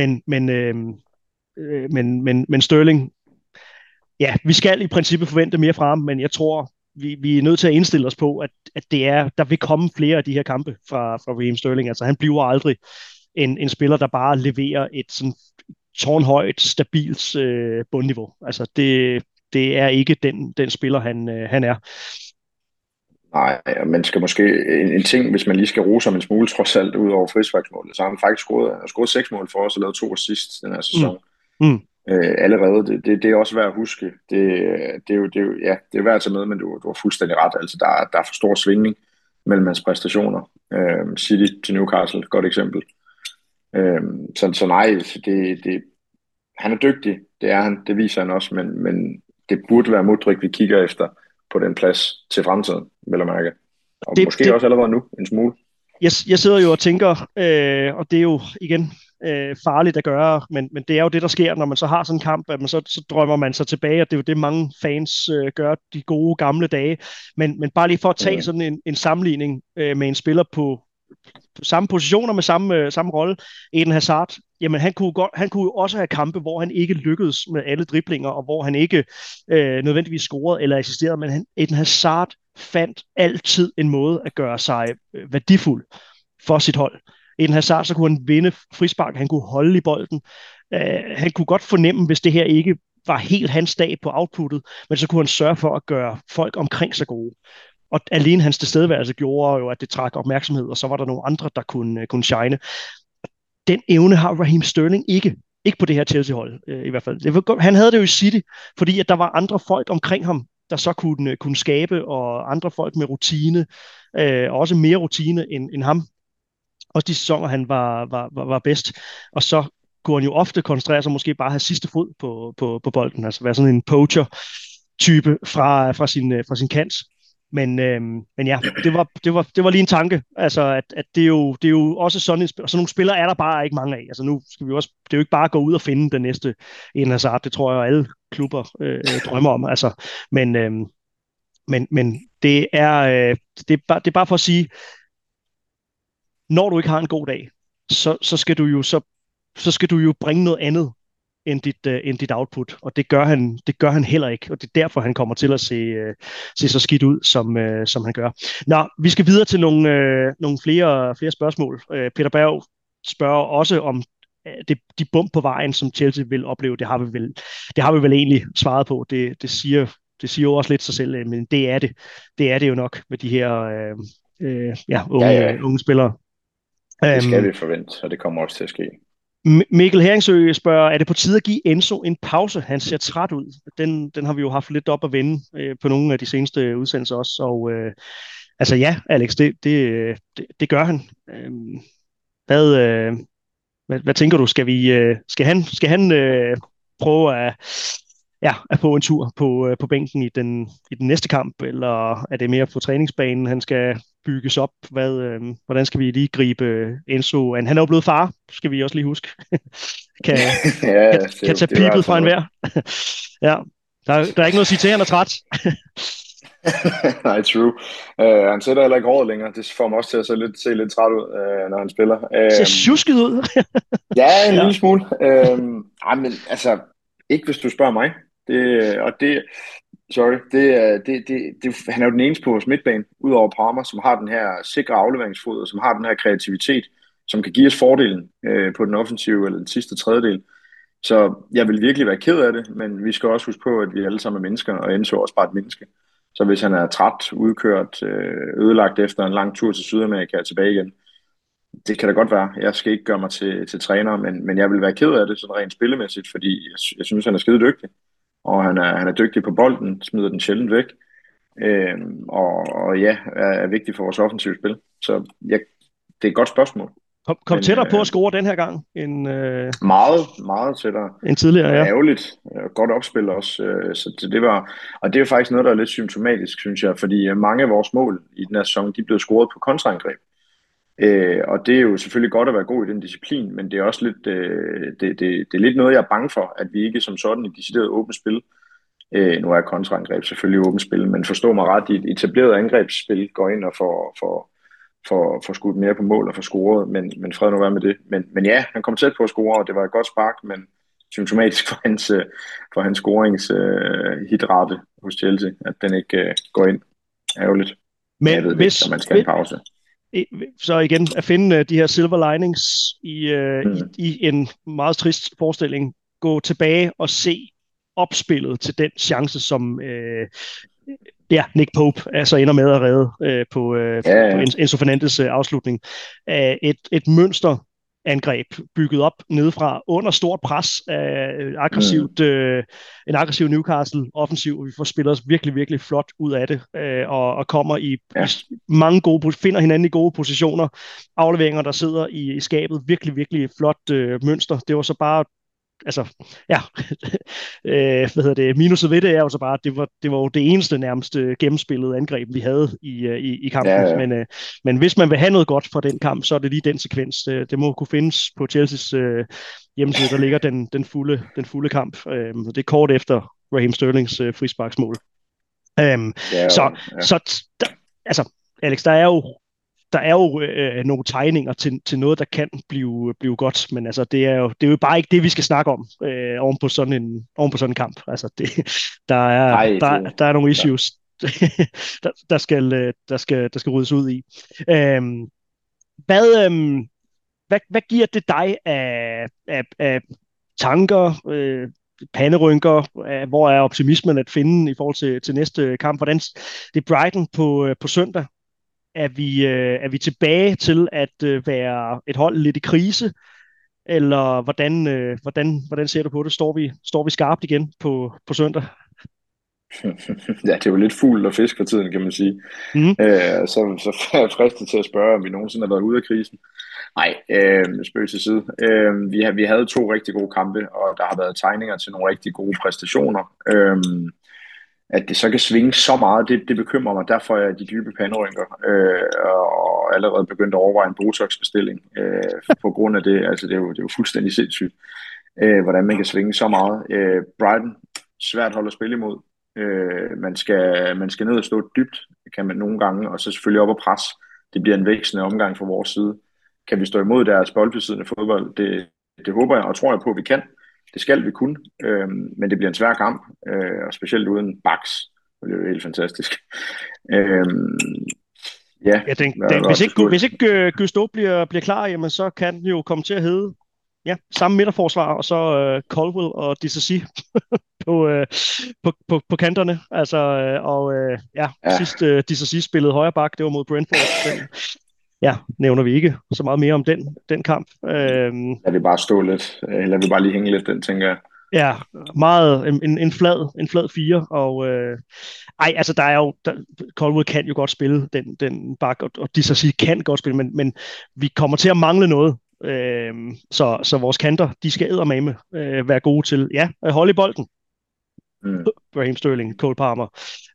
men Sterling, ja, vi skal i princippet forvente mere fra ham, men jeg tror, vi er nødt til at indstille os på, at der vil komme flere af de her kampe fra Raheem Sterling. Altså, han bliver aldrig en spiller, der bare leverer et sådan tårnhøjt, stabilt bundniveau. Altså, det er ikke den spiller, han er. Nej, man skal måske en ting, hvis man lige skal rose ham en smule, trods alt ud over frisparksmålet, så har han faktisk scoret 6 mål for os og lavet 2 assists den her sæson. Allerede. Det er også værd at huske. Det er jo værd at tage med, men du har fuldstændig ret. Altså, der er for stor svingning mellem hans præstationer. City til Newcastle, godt eksempel. Så nej, han er dygtig. Det er han. Det viser han også, men det burde være Mudryk, vi kigger efter på den plads til fremtiden, vil jeg mærke. Og måske også allerede nu, en smule. Jeg sidder jo og tænker, og det er jo igen farligt at gøre, men det er jo det, der sker, når man så har sådan en kamp, at man så drømmer man sig tilbage, og det er jo det, mange fans gør de gode gamle dage. Men bare lige for at tage sådan en sammenligning med en spiller på samme positioner med samme rolle, Eden Hazard, jamen han kunne jo også have kampe, hvor han ikke lykkedes med alle driblinger, og hvor han ikke nødvendigvis scorede eller assisterede, men Eden Hazard fandt altid en måde at gøre sig værdifuld for sit hold. Eden Hazard, så kunne han vinde frispark, han kunne holde i bolden, han kunne godt fornemme, hvis det her ikke var helt hans dag på outputtet, men så kunne han sørge for at gøre folk omkring sig gode. Og alene hans tilstedeværelse gjorde jo, at det trak opmærksomhed, og så var der nogle andre, der kunne shine. Den evne har Raheem Sterling ikke. Ikke på det her Chelsea-hold, i hvert fald. Han havde det jo i City, fordi at der var andre folk omkring ham, der så kunne skabe, og andre folk med rutine, og også mere rutine end ham. Også de sæsoner, han var bedst. Og så kunne han jo ofte koncentrere sig, måske bare have sidste fod på bolden, altså være sådan en poacher-type fra sin kant. Men ja, det var lige en tanke, altså at det er jo også sådan nogle spillere er der bare ikke mange af. Altså nu skal vi også, det er jo ikke bare at gå ud og finde den næste Eden Hazard, det tror jeg alle klubber drømmer om. Altså, men det er bare for at sige, når du ikke har en god dag, så skal du jo bringe noget andet end dit output, og det gør han heller ikke, og det er derfor, han kommer til at se så skidt ud, som han gør. Nå, vi skal videre til nogle flere spørgsmål. Peter Berg spørger også om de bump på vejen, som Chelsea vil opleve. Det har vi vel egentlig svaret på. Det siger jo også lidt sig selv, men det er det. Det er det jo nok med de her unge spillere. Det skal vi forvente, og det kommer også til at ske. Mikkel Heringsø spørger, er det på tide at give Enzo en pause? Han ser træt ud. Den har vi jo haft lidt op at vende på nogle af de seneste udsendelser også. Og altså ja, Alex, det gør han. Hvad tænker du? Skal han prøve at få en tur på bænken i den næste kamp, eller er det mere på træningsbanen, han skal bygges op? Hvordan skal vi lige gribe Enzo an? Han er jo blevet far, skal vi også lige huske. kan tage pibet fra enhver. Ja, der er ikke noget at sige til, han er træt. Nej, true. Han sætter heller ikke håret længere. Det får mig også til at se lidt træt ud, når han spiller. Ser tjusket ud. Ja, en lille smule. Men altså, ikke hvis du spørger mig. Han er jo den eneste på vores midtbane, udover Palmer, som har den her sikre afleveringsfod, og som har den her kreativitet, som kan give os fordelen på den offensive eller den sidste tredjedel. Så jeg vil virkelig være ked af det, men vi skal også huske på, at vi alle sammen er mennesker, og Enzo er også bare et menneske. Så hvis han er træt, udkørt, ødelagt efter en lang tur til Sydamerika og tilbage igen, det kan da godt være. Jeg skal ikke gøre mig til træner, men jeg vil være ked af det sådan rent spillemæssigt, fordi jeg synes, han er skide dygtig. Og han er dygtig på bolden, smider den sjældent væk. Og ja, er vigtig for vores offensive spil. Så ja, det er et godt spørsmål. Kom tættere på at score den her gang end meget tættere end tidligere, ja. Ærgerligt. Godt opspil også. Så det var, og det er faktisk noget, der er lidt symptomatisk, synes jeg, fordi mange af vores mål i den her sæson, de er blevet scoret på kontraangreb. Og det er jo selvfølgelig godt at være god i den disciplin, men det er også lidt, det er lidt noget, jeg er bange for, at vi ikke som sådan i decideret åbent spil, nu er kontraangreb selvfølgelig åbent spil, men forstå mig ret, i et etableret angrebsspil går ind og får skudt mere på mål og får scoret, men fred nu være med det. Men ja, han kom tæt på at score, og det var et godt spark, men symptomatisk for hans scoringshitrate hos Chelsea, at den ikke går ind. Ærgerligt. Men jeg ved hvis, ikke, man skal have en pause. Så igen, at finde de her silver linings i en meget trist forestilling, gå tilbage og se opspillet til den chance, som Nick Pope altså ender med at redde på Enzo Fernandes afslutning. Et mønsterangreb bygget op nedefra under stort pres af en aggressiv Newcastle offensiv, og vi får spillet os virkelig, virkelig flot ud af det, og kommer i mange finder hinanden i gode positioner, afleveringer, der sidder i skabet, virkelig, virkelig flot mønster. Det var så bare minuset ved det er jo så bare, at det var jo det eneste nærmest gennemspillede angreb, vi havde i kampen. Ja. Men hvis man vil have noget godt fra den kamp, så er det lige den sekvens. Det må kunne findes på Chelseas hjemmeside, der ligger den fulde kamp. Det er kort efter Raheem Sterlings frisparksmål. Alex, der er jo nogle tegninger til noget, der kan blive godt, men altså, det er jo bare ikke det, vi skal snakke om oven på sådan en kamp. Altså, der er nogle issues, der skal ryddes ud i. Hvad giver det dig af tanker, panderynker? Hvor er optimismen at finde i forhold til næste kamp? Hvordan det er Brighton på søndag? Er vi tilbage til at være et hold lidt i krise, eller hvordan ser du på det? Står vi skarpt igen på søndag? Ja, det er jo lidt fugl og fisk for tiden, kan man sige. Mm. Så er jeg fristet til at spørge, om vi nogensinde har været ude af krisen. Nej, spøg til side. Vi havde 2 rigtig gode kampe, og der har været tegninger til nogle rigtig gode præstationer. At det så kan svinge så meget, det bekymrer mig. Derfor er jeg de dybe panderynker og allerede begyndt at overveje en Botox-bestilling på grund af det. Altså, det er jo fuldstændig sindssygt, hvordan man kan svinge så meget. Brighton, svært hold at spille imod. Man skal ned og stå dybt, kan man nogle gange, og så selvfølgelig op og pres. Det bliver en vækstende omgang fra vores side. Kan vi stå imod deres boldbesiddende fodbold? Det håber jeg og tror jeg på, at vi kan. Det skal vi kunne, men det bliver en svær kamp, og specielt uden baks. Det er jo helt fantastisk. Ja, hvis ikke Gusto bliver klar, jamen, så kan den jo komme til at hedde samme midterforsvar, og så Colwill og Disasi på kanterne. Altså, sidst Disasi spillede højre bak, det var mod Brentford. Nævner vi ikke så meget mere om den kamp. Lad vi bare stå lidt, eller vi bare lige hænge lidt, den tænker jeg. Ja, meget en flad 4, og altså der er jo, Colwood kan jo godt spille den bak, og Disasi kan godt spille, men vi kommer til at mangle noget, så vores kanter, de skal eddermame være gode til, holde i bolden. Raheem Sterling, Cole Palmer.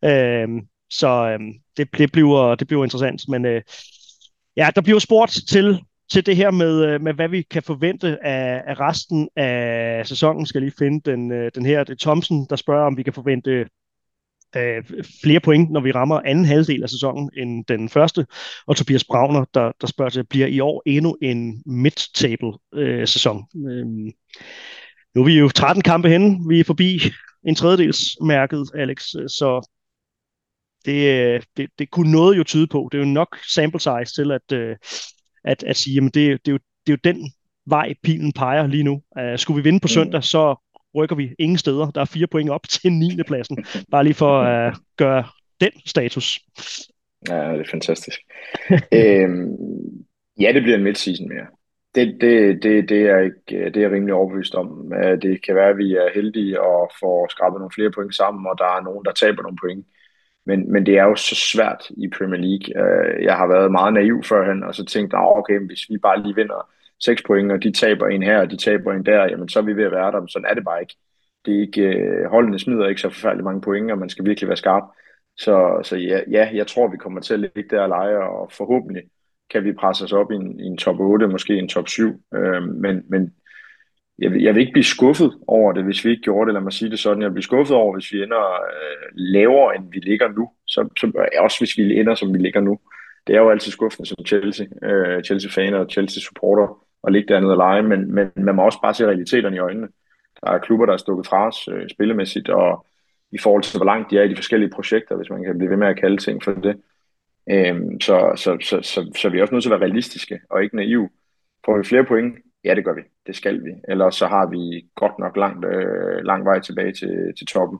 Det bliver interessant, men der bliver spurgt til det her med hvad vi kan forvente af resten af sæsonen. Skal lige finde den her. Det er Thomsen, der spørger, om vi kan forvente flere point, når vi rammer anden halvdel af sæsonen end den første. Og Tobias Brauner, der spørger til, bliver i år endnu en mid-table sæson. Nu er vi jo 13 kampe henne. Vi er forbi en tredjedelsmærket, Alex. Så det kunne noget jo tyde på. Det er jo nok sample size til at sige, jamen det er jo den vej, pilen peger lige nu. Skulle vi vinde på søndag, så rykker vi ingen steder. Der er 4 point op til 9. pladsen. Bare lige for at gøre den status. Ja, det er fantastisk. Det bliver en midseason mere. Det er jeg rimelig overbevist om. Det kan være, at vi er heldige og får skrabet nogle flere point sammen, og der er nogen, der taber nogle point. Men det er jo så svært i Premier League. Jeg har været meget naiv førhen, og så tænkt, okay, hvis vi bare lige vinder 6 point, og de taber en her, og de taber en der, jamen så er vi ved at være der, men sådan er det bare ikke. Det er ikke, holdene smider ikke så forfærdeligt mange point, og man skal virkelig være skarp. Så jeg tror, vi kommer til at ligge der og lege, og forhåbentlig kan vi presse os op i en top 8, måske en top 7. Men jeg vil ikke blive skuffet over det, hvis vi ikke gjorde det. Lad mig sige det sådan. Jeg vil blive skuffet over, hvis vi ender lavere, end vi ligger nu. Så også hvis vi ender, som vi ligger nu. Det er jo altid skuffende som Chelsea-fan og Chelsea-supporter at ligge dernede og lege, men man må også bare se realiteterne i øjnene. Der er klubber, der er stukket fra os spillemæssigt, og i forhold til, hvor langt de er i de forskellige projekter, hvis man kan blive ved med at kalde ting for det. Så vi er også nødt til at være realistiske og ikke naive. Får vi flere point? Ja, det gør vi. Det skal vi. Ellers så har vi godt nok lang vej tilbage til toppen.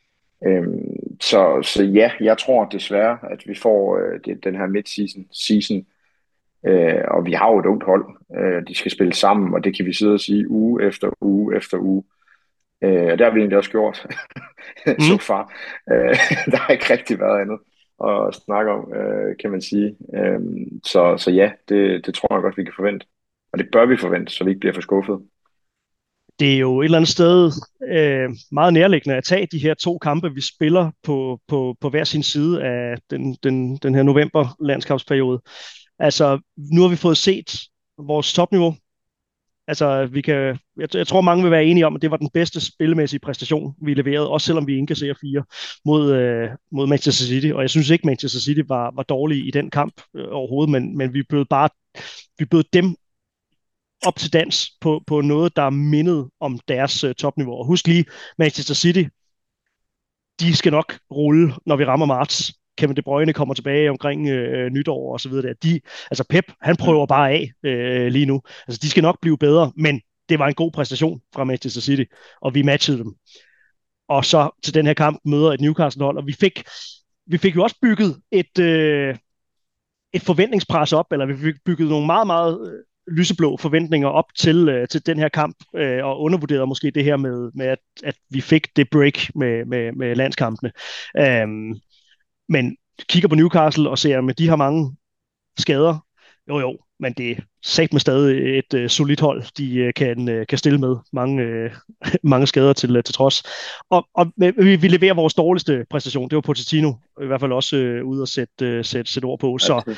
Så jeg tror desværre, at vi får den her mid-season, og vi har jo et ungt hold. De skal spille sammen, og det kan vi sidde og sige uge efter uge efter uge. Og det har vi egentlig også gjort så far. Der har ikke rigtig været andet at snakke om, kan man sige. Så ja, det tror jeg godt, vi kan forvente. Og det bør vi forvente, så vi ikke bliver for skuffet. Det er jo et eller andet sted meget nærliggende at tage de her 2 kampe, vi spiller på hver sin side af den her november-landskabsperiode. Altså, nu har vi fået set vores topniveau. Altså, jeg tror, mange vil være enige om, at det var den bedste spillemæssige præstation, vi leverede, også selvom vi indkasserer 4 mod Manchester City. Og jeg synes ikke, Manchester City var dårlige i den kamp overhovedet, men vi bød dem op til dans på noget, der mindede om deres topniveau. Og husk lige, Manchester City, de skal nok rulle, når vi rammer marts. Kevin De Bruyne kommer tilbage omkring nytår og så videre. Altså Pep, han prøver bare af lige nu. Altså de skal nok blive bedre, men det var en god præstation fra Manchester City, og vi matchede dem. Og så til den her kamp møder et Newcastle-hold, og vi fik jo også bygget et forventningspres op, eller vi fik bygget nogle meget, meget lyseblå forventninger op til den her kamp, og undervurderede måske det her med at vi fik det break med landskampene. Men kigger på Newcastle og ser, at de har mange skader. Jo, men det er sagt med stadig et solidt hold, de kan stille med mange skader til trods. Og vi leverer vores dårligste præstation. Det var Pochettino i hvert fald også ude at sætte ord på. Så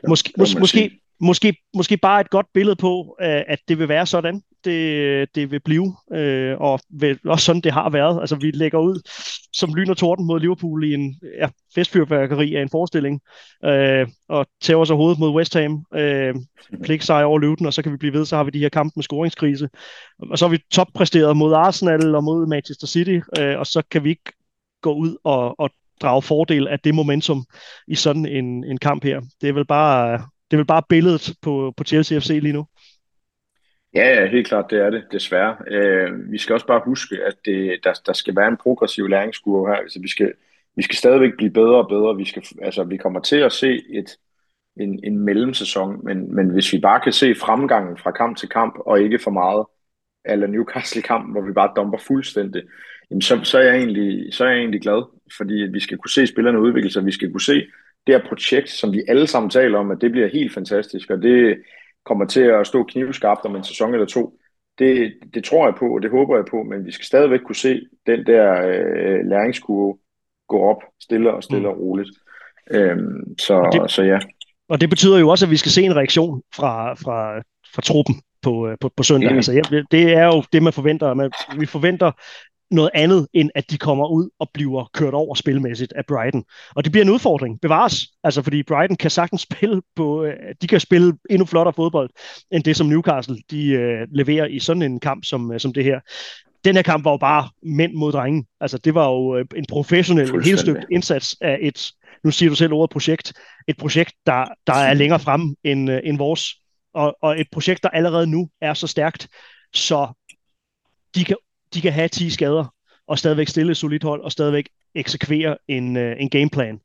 måske bare et godt billede på, at det vil være sådan, det vil blive, og også sådan det har været. Altså vi lægger ud som lyn og torden mod Liverpool i en festfyrværkeri af en forestilling, og tæver sig hovedet mod West Ham, pligtsejr over Luton, og så kan vi blive ved, så har vi de her kampe med scoringskrise, og så har vi toppræsteret mod Arsenal og mod Manchester City, og så kan vi ikke gå ud og drage fordel af det momentum i sådan en kamp her. Det er vel bare billedet på Chelsea FC lige nu. Ja, helt klart, det er det, desværre. Vi skal også bare huske, at der skal være en progressiv læringskurve her. Altså, vi skal stadigvæk blive bedre og bedre. Vi kommer til at se en mellemsæson, men hvis vi bare kan se fremgangen fra kamp til kamp, og ikke for meget, eller Newcastle-kampen, hvor vi bare dumper fuldstændig, jamen så er jeg egentlig glad, fordi vi skal kunne se spillerne udvikle sig, vi skal kunne se det her projekt, som vi alle sammen taler om, at det bliver helt fantastisk, og det kommer til at stå knivskarpt om en sæson eller to. Det tror jeg på, og det håber jeg på, men vi skal stadigvæk kunne se den der læringskurve gå op stille og roligt. Så ja. Og det betyder jo også, at vi skal se en reaktion fra truppen på søndag. Altså, det er jo det, man forventer. Vi forventer noget andet, end at de kommer ud og bliver kørt over spilmæssigt af Brighton. Og det bliver en udfordring. Bevares. Altså, fordi Brighton kan sagtens spille de kan spille endnu flottere fodbold, end det, som Newcastle de leverer i sådan en kamp som det her. Den her kamp var jo bare mænd mod drenge. Altså, det var jo en professionel, helstøbt indsats af nu siger du selv ordet projekt, et projekt, der er længere fremme end vores, og et projekt, der allerede nu er så stærkt, så de kan have 10 skader, og stadigvæk stille et solidt hold, og stadigvæk eksekvere en gameplan.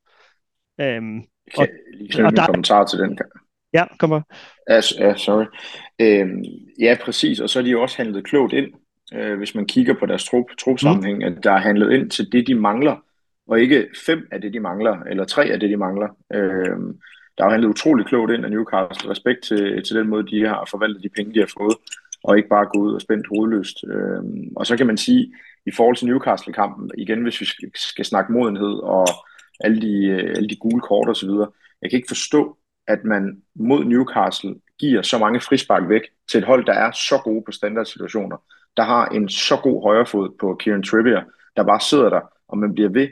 Lige en kommentar til den. Ja, kom bare. Sorry. Ja, præcis, og så er de jo også handlet klogt ind, hvis man kigger på deres trupsammenhæng, at der er handlet ind til det, de mangler, og ikke 5 af det, de mangler, eller 3 af det, de mangler. Der er handlet utroligt klogt ind af Newcastle. Respekt til den måde, de har forvaltet de penge, de har fået, og ikke bare gå ud og spændt hovedløst. Og så kan man sige, i forhold til Newcastle-kampen, igen, hvis vi skal snakke modenhed og alle de gule kort og så videre, jeg kan ikke forstå, at man mod Newcastle giver så mange frispark væk til et hold, der er så gode på standardsituationer, der har en så god højrefod på Kieran Trippier, der bare sidder der, og man bliver ved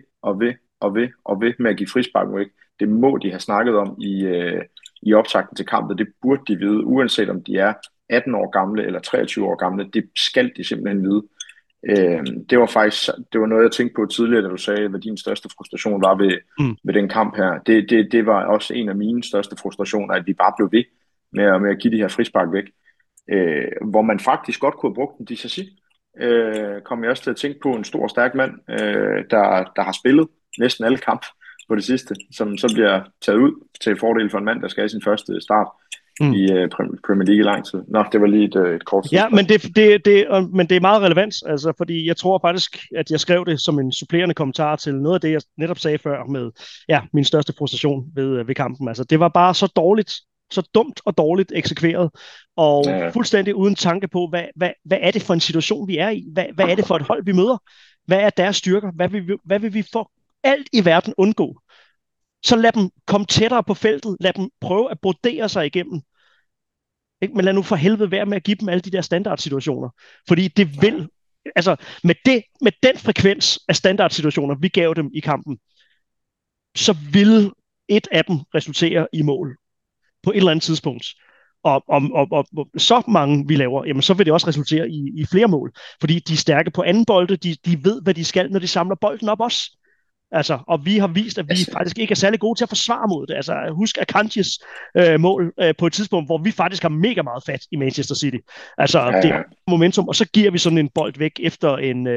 og ved med at give frispark væk. Det må de have snakket om i optakten til kampen. Det burde de vide, uanset om de er 18 år gamle eller 23 år gamle. Det skal de simpelthen vide. Det var noget, jeg tænkte på tidligere, da du sagde, hvad din største frustration var ved den kamp her. Det var også en af mine største frustrationer, at vi bare blev ved med at give de her frispark væk. Hvor man faktisk godt kunne have brugt en Disasi. Kom jeg også til at tænke på en stor, stærk mand, der har spillet næsten alle kampe på det sidste, som så bliver taget ud til fordel for en mand, der skal have sin første start i Premier League i lang tid. Nå, det var lige et kort. Ja, men det er meget relevant, altså, fordi jeg tror faktisk, at jeg skrev det som en supplerende kommentar til noget af det, jeg netop sagde før med min største frustration ved kampen. Altså, det var bare så dårligt, så dumt og dårligt eksekveret, og fuldstændig uden tanke på, hvad er det for en situation, vi er i? Hvad er det for et hold, vi møder? Hvad er deres styrker? Hvad vil vi for alt i verden undgå? Så lad dem komme tættere på feltet. Lad dem prøve at brodere sig igennem. Ikke? Men lad nu for helvede være med at give dem alle de der standardsituationer. Fordi det vil, altså med den frekvens af standardsituationer, vi gav dem i kampen, så vil et af dem resultere i mål på et eller andet tidspunkt. Og så mange vi laver, jamen så vil det også resultere i flere mål. Fordi de er stærke på anden bolde, de ved, hvad de skal, når de samler bolden op også. Altså, og vi har vist, at vi faktisk ikke er særlig gode til at forsvare mod det. Altså, husk Akanjis mål på et tidspunkt, hvor vi faktisk har mega meget fat i Manchester City. Altså, det er momentum, og så giver vi sådan en bold væk efter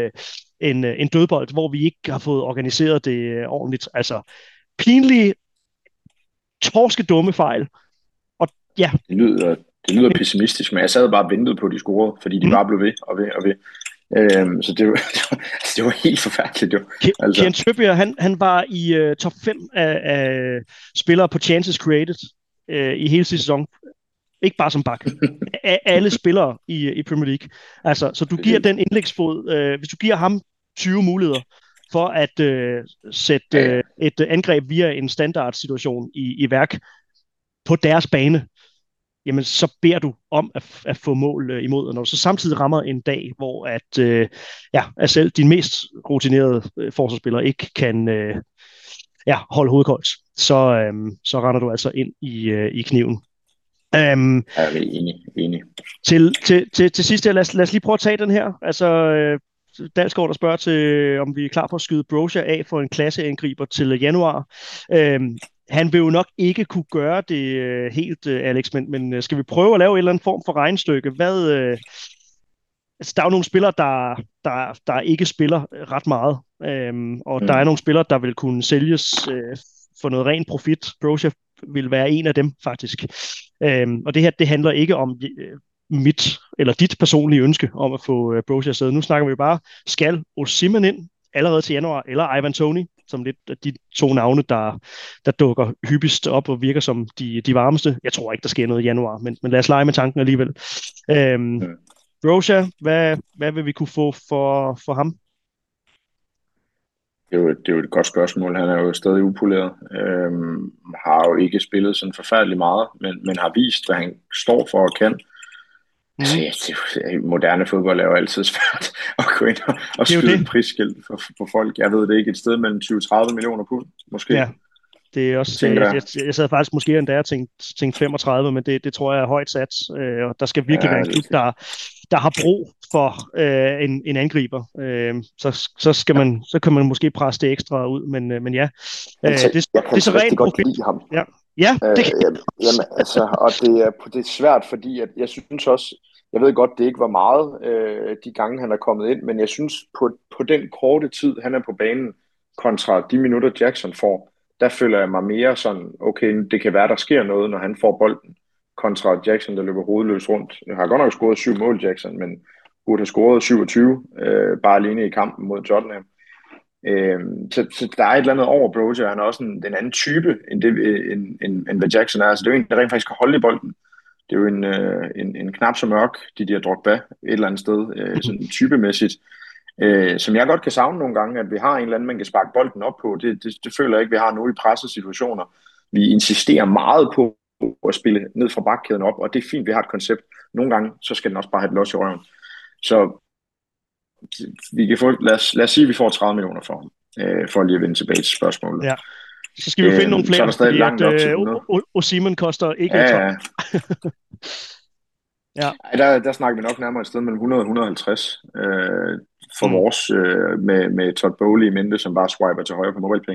en dødbold, hvor vi ikke har fået organiseret det ordentligt. Altså, pinlige, torske dumme fejl. Og ja. Det lyder pessimistisk, men jeg sad bare og ventede på, at de scorede, fordi de bare blev ved og ved og ved. Så det var helt forfærdeligt. Jo. Altså. Kieran Trippier, han var i top 5 af spillere på chances created i hele sæsonen. Ikke bare som bak. Af alle spillere i Premier League. Altså, så du giver den indlægsfod, hvis du giver ham 20 muligheder for at sætte et angreb via en standard situation i værk på deres bane, jamen så beder du om at få mål imod, og når du så samtidig rammer en dag, hvor at selv din mest rutinerede forsvarsspiller ikke kan holde hovedet så render du altså ind i kniven. Jeg er enig. Til sidst, lad os lige prøve at tage den her. Altså, Dalsgaard, der spørger til, om vi er klar på at skyde Broja af for en klasseangriber til januar. Han vil jo nok ikke kunne gøre det helt, Alex, men skal vi prøve at lave en eller anden form for regnestykke? Altså, der er jo nogle spillere, der ikke spiller ret meget, og der er nogle spillere, der vil kunne sælges for noget ren profit. Broja vil være en af dem, faktisk. Og det her, det handler ikke om mit eller dit personlige ønske om at få Broja afsted. Nu snakker vi bare, skal Osimhen ind allerede til januar, eller Ivan Toney, som lidt af de to navne, der dukker hyppigst op og virker som de varmeste. Jeg tror ikke, der sker noget i januar, men lad os lege med tanken alligevel. Broja, hvad vil vi kunne få for ham? Det er jo et godt spørgsmål. Han er jo stadig upoleret. Har jo ikke spillet sådan forfærdeligt meget, men har vist, hvad han står for og kan. Altså, moderne fodbold er jo altid svært at gå ind og skyde et prisskilt for folk. Jeg ved det ikke, et sted mellem 20-30 millioner pund, måske. Ja, det er også, jeg sad faktisk måske endda og tænkte 35, men det tror jeg er højt sat, og der skal virkelig være en klub, der har brug for en angriber. Så kan man måske presse det ekstra ud, men ja. Det er så rent godt lide ham. Ja, det kan jamen, altså, og det er svært, fordi at jeg synes også, jeg ved godt, det ikke var meget de gange, han er kommet ind, men jeg synes, på den korte tid, han er på banen, kontra de minutter, Jackson får, der føler jeg mig mere sådan, okay, det kan være, der sker noget, når han får bolden, kontra Jackson, der løber hovedløs rundt. Jeg har godt nok scoret 7 mål, Jackson, men burde have scoret 27, bare alene i kampen mod Tottenham. Så der er et eller andet over Broja. Han er også en anden type, end hvad Jackson er. Altså, det er jo en, der rent faktisk kan holde i bolden. Det er jo en knap så mørk, de har Drogba et eller andet sted, sådan typemæssigt, som jeg godt kan savne nogle gange, at vi har en eller anden, man kan sparke bolden op på. Det føler jeg ikke, vi har nu i pressesituationer. Vi insisterer meget på at spille ned fra bakkæden op, og det er fint, vi har et koncept. Nogle gange, så skal den også bare have et los i røven. Så vi kan få, lad os sige, at vi får 30 millioner for ham, for lige at vende tilbage til spørgsmålet. Ja. Så skal vi jo finde nogle flere, fordi at Osimhen koster ikke Ja. Der snakker vi nok nærmere et sted mellem 100 og 150 for vores med Todd Bowley i mente, som bare swiper til højre på MobilePay.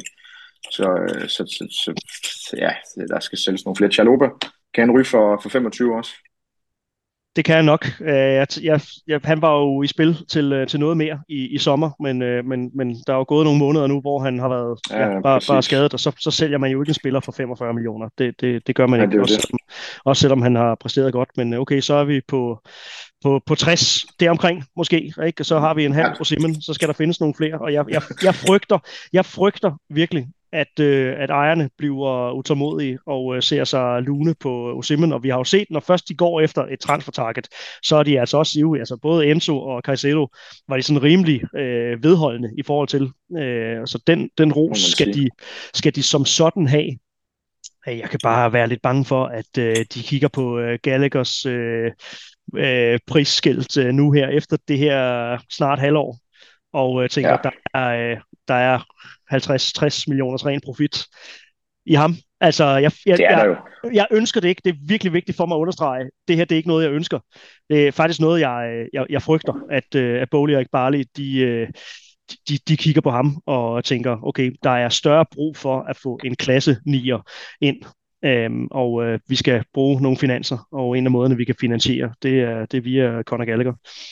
Så ja, der skal sælges nogle flere. Chalobah kan han ryge for 25 også. Det kan jeg nok. Han var jo i spil til noget mere i sommer, men der er jo gået nogle måneder nu, hvor han har været bare skadet, og så sælger man jo ikke en spiller for 45 millioner. Det gør man ikke, også selvom han har præsteret godt. Men okay, så er vi på 60 deromkring måske, ikke? Så har vi en halv Osimhen, så skal der findes nogle flere, og jeg frygter virkelig, at ejerne bliver utålmodige og ser sig lune på Osimhen, og vi har jo set, når først de går efter et transfer-target, så er de altså også ivrige. Altså både Enzo og Caicedo var de sådan rimelig vedholdende i forhold til. Så den ros skal de som sådan have. Jeg kan bare være lidt bange for, at de kigger på Gallaghers prisskilt nu her, efter det her snart halvår, og tænker, der er 50-60 millioners ren profit i ham. Altså, jeg ønsker det ikke. Det er virkelig vigtigt for mig at understrege. Det her, det er ikke noget, jeg ønsker. Det er faktisk noget, jeg frygter, at Bowley og Iqbali, de kigger på ham og tænker, okay, der er større brug for at få en klasse 9'er ind, og vi skal bruge nogle finanser, og en af måderne, vi kan finansiere, det er via Conor Gallagher.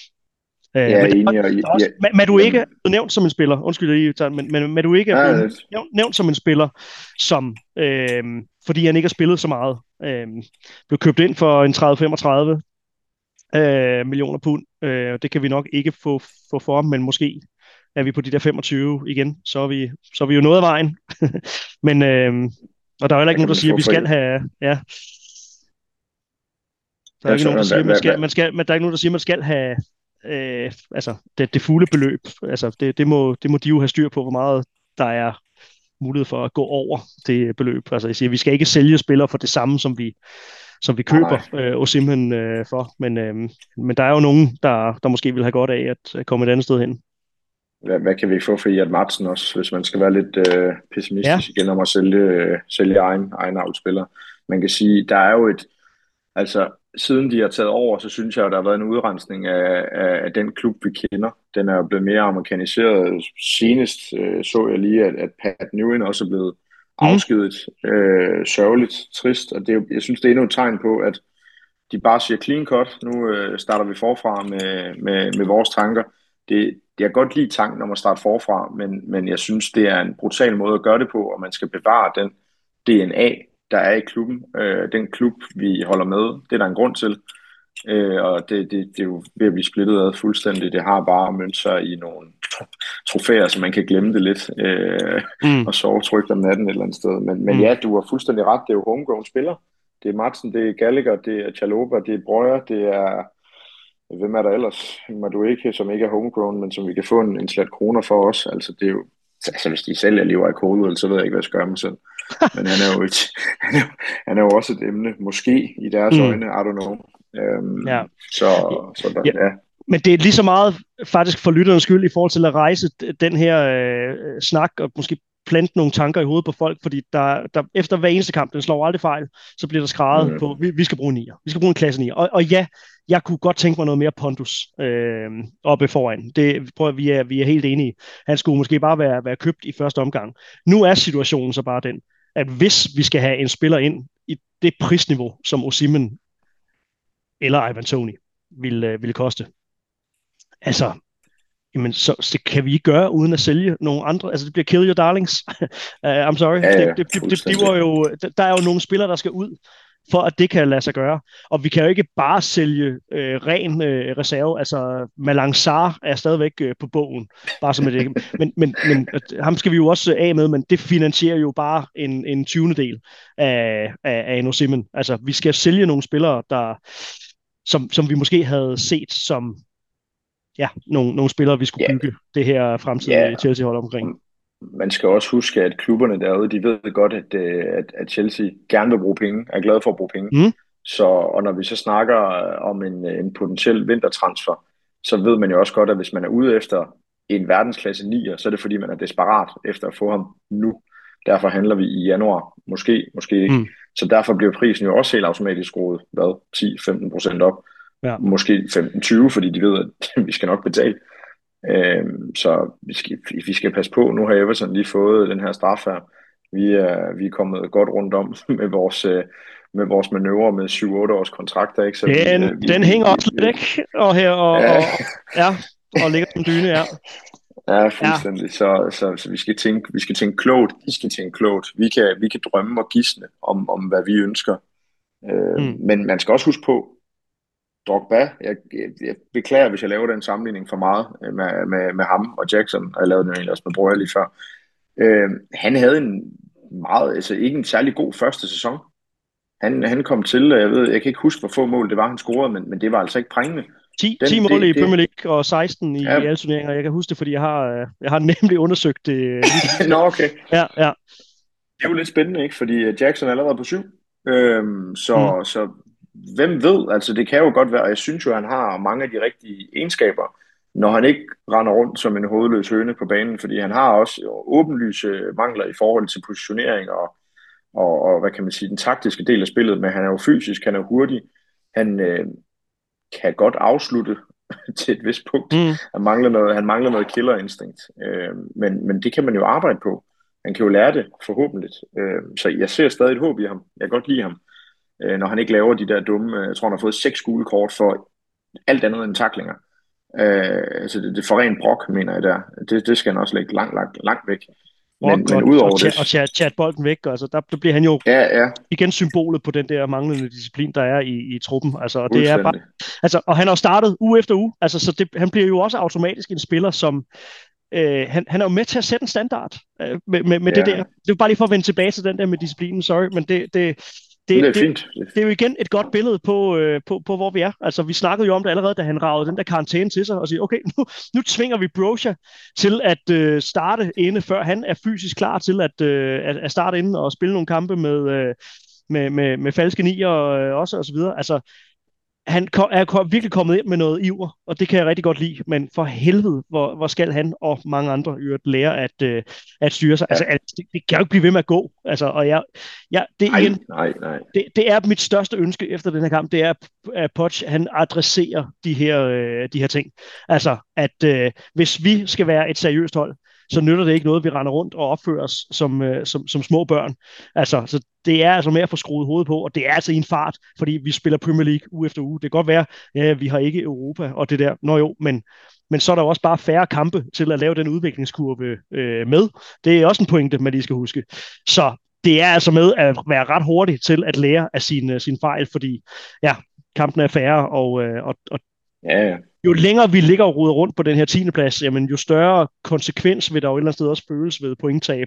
Madueke er nævnt som en spiller, men Madueke er nævnt som en spiller, som fordi han ikke har spillet så meget, Blev købt ind for en 30-35 millioner pund. Det kan vi nok ikke få for, men måske er vi på de der 25 igen, så er vi jo nået af vejen. Men, og der er heller ikke nogen, der siger, at vi skal have... Ja. Der er ikke nogen, der siger, men der er ikke nogen, der siger, at man skal have altså det fulde beløb. Altså det må de jo have styr på, hvor meget der er mulighed for at gå over det beløb. Altså jeg siger, vi skal ikke sælge spillere for det samme, som vi køber Osimhen for. Men der er jo nogen, der måske vil have godt af at komme et andet sted hen. Hvad kan vi få for Ian Martsen også, hvis man skal være lidt pessimistisk igen om at sælge egen avlspillere? Man kan sige, der er jo altså siden de har taget over, så synes jeg, at der har været en udrensning af den klub, vi kender. Den er blevet mere amerikaniseret. Senest så jeg lige, at Pat Nguyen også er blevet afskedet. Sørgeligt, trist, og jeg synes, det er endnu et tegn på, at de bare siger clean cut. Nu starter vi forfra med vores tanker. Jeg kan godt lide tanken om at starte forfra, men jeg synes, det er en brutal måde at gøre det på, og man skal bevare den DNA, der er i klubben. Den klub, vi holder med, det er der en grund til. Og det er jo ved at blive splittet ad fuldstændig. Det har bare mønt sig i nogle trofæer, så man kan glemme det lidt og sove trygt om natten et eller andet sted. Men ja, du har fuldstændig ret. Det er jo homegrown spiller. Det er Madsen, det er Gallagher, det er Chalobah, det er Breuer, det er... Hvem er der ellers? Madueke, som ikke er homegrown, men som vi kan få en slat kroner for os. Altså, det er jo... Altså, hvis de sælger Levi Colwill, så ved jeg ikke, hvad jeg skal gøre mig selv. Men han er jo også et emne, måske i deres øjne, I don't know. Ja. Men det er lige så meget faktisk for lytternes skyld i forhold til at rejse den her snak, og måske plante nogle tanker i hovedet på folk, fordi der efter hver eneste kamp, den slår aldrig fejl, så bliver der skrevet på, vi skal bruge en 9'er. Vi skal bruge en klasse 9'er. Og ja, jeg kunne godt tænke mig noget mere pondus oppe foran. Det tror jeg, vi er helt enige. Han skulle måske bare være købt i første omgang. Nu er situationen så bare den, at hvis vi skal have en spiller ind i det prisniveau, som Osimhen eller Ivan Toney ville koste, altså, jamen, så kan vi ikke gøre uden at sælge nogle andre. Altså, det bliver kill your darlings. I'm sorry. Der er jo nogle spillere, der skal ud, for at det kan lade sig gøre. Og vi kan jo ikke bare sælge ren reserve. Altså, Malang Sarr er stadigvæk på bogen. Bare som et, men ham skal vi jo også af med, men det finansierer jo bare en 20. del af en Osimhen. Altså, vi skal sælge nogle spillere, som vi måske havde set som nogle spillere, vi skulle bygge det her fremtidige Chelsea-hold omkring. Man skal også huske, at klubberne derude, de ved godt, at Chelsea gerne vil bruge penge, er glade for at bruge penge. Og når vi så snakker om en potentiel vintertransfer, så ved man jo også godt, at hvis man er ude efter en verdensklasse 9'er, så er det fordi, man er desperat efter at få ham nu. Derfor handler vi i januar, måske ikke. Så derfor bliver prisen jo også helt automatisk skruet, 10-15% op. Ja. Måske 15-20, fordi de ved, at vi skal nok betale. Så vi skal passe på. Nu har Everton lige fået den her straf her. Vi er kommet godt rundt om med vores manøvre med 7-8 års kontrakter. Ikke? Så den hænger også lidt ikke og her og ligger som dyne, ja. Ja, fuldstændig. Så vi skal tænke klogt. I skal tænke klogt. Vi kan drømme og gisne om hvad vi ønsker. Men man skal også huske på, Drogba, jeg beklager, hvis jeg laver den sammenligning for meget med ham og Jackson, og jeg lavede den jo egentlig også med Breuer lige før. Han havde ikke en særlig god første sæson. Han kom til, jeg kan ikke huske, hvor få mål det var, han scorede, men det var altså ikke prangende. 10 mål i Premier League og 16 i alle turneringer. Jeg kan huske det, fordi jeg har nemlig undersøgt det. Nå, okay. Ja. Det er jo lidt spændende, ikke? Fordi Jackson er allerede på 7. Så hvem ved? Altså, det kan jo godt være, og jeg synes jo, han har mange af de rigtige egenskaber, når han ikke render rundt som en hovedløs høne på banen, fordi han har også åbenlyse mangler i forhold til positionering og hvad kan man sige, den taktiske del af spillet, men han er jo fysisk, han er hurtig, han kan godt afslutte til et vist punkt. Han mangler noget killerinstinkt, men det kan man jo arbejde på. Han kan jo lære det, forhåbentlig. Så jeg ser stadig et håb i ham. Jeg kan godt lide ham. Når han ikke laver de der dumme, jeg tror han har fået 6 gule kort for alt andet end tacklinger. Altså det er for ren brok, mener jeg der. Det skal han også lægge langt væk. Men udover det... Og chat bolden væk, altså der bliver han jo ja. igen symbolet på den der manglende disciplin, der er i truppen. Altså, og det er bare, altså, og han har startet uge efter uge, altså, så han bliver jo også automatisk en spiller, som han er jo med til at sætte en standard med det der. Det er bare lige for at vende tilbage til den der med disciplinen, sorry, men det er fint. Det er jo igen et godt billede på, hvor vi er. Altså, vi snakkede jo om det allerede, da han ragede den der karantæne til sig og siger, okay, nu tvinger vi Broja til at starte inde, før han er fysisk klar til at starte inde og spille nogle kampe med falske nier også og så videre. Altså, han er virkelig kommet ind med noget iver, og det kan jeg rigtig godt lide, men for helvede, hvor skal han og mange andre lære at styre sig. Altså, det kan jo ikke blive ved med at gå. Altså, og nej. Det er mit største ønske efter den her kamp, det er, at Poch, han adresserer de her ting. Altså, at hvis vi skal være et seriøst hold, så nytter det ikke noget, vi render rundt og opfører os som små børn. Altså, så det er altså med at få skruet hovedet på, og det er altså i en fart, fordi vi spiller Premier League uge efter uge. Det kan godt være, ja, vi har ikke Europa og det der. Nå jo, men så er der også bare færre kampe til at lave den udviklingskurve med. Det er også en pointe, man lige skal huske. Så det er altså med at være ret hurtig til at lære af sin fejl, fordi ja, kampen er færre, og ja. Jo længere vi ligger og roder rundt på den her 10. plads, jamen, jo større konsekvens vil der jo et eller andet sted også føles ved pointtab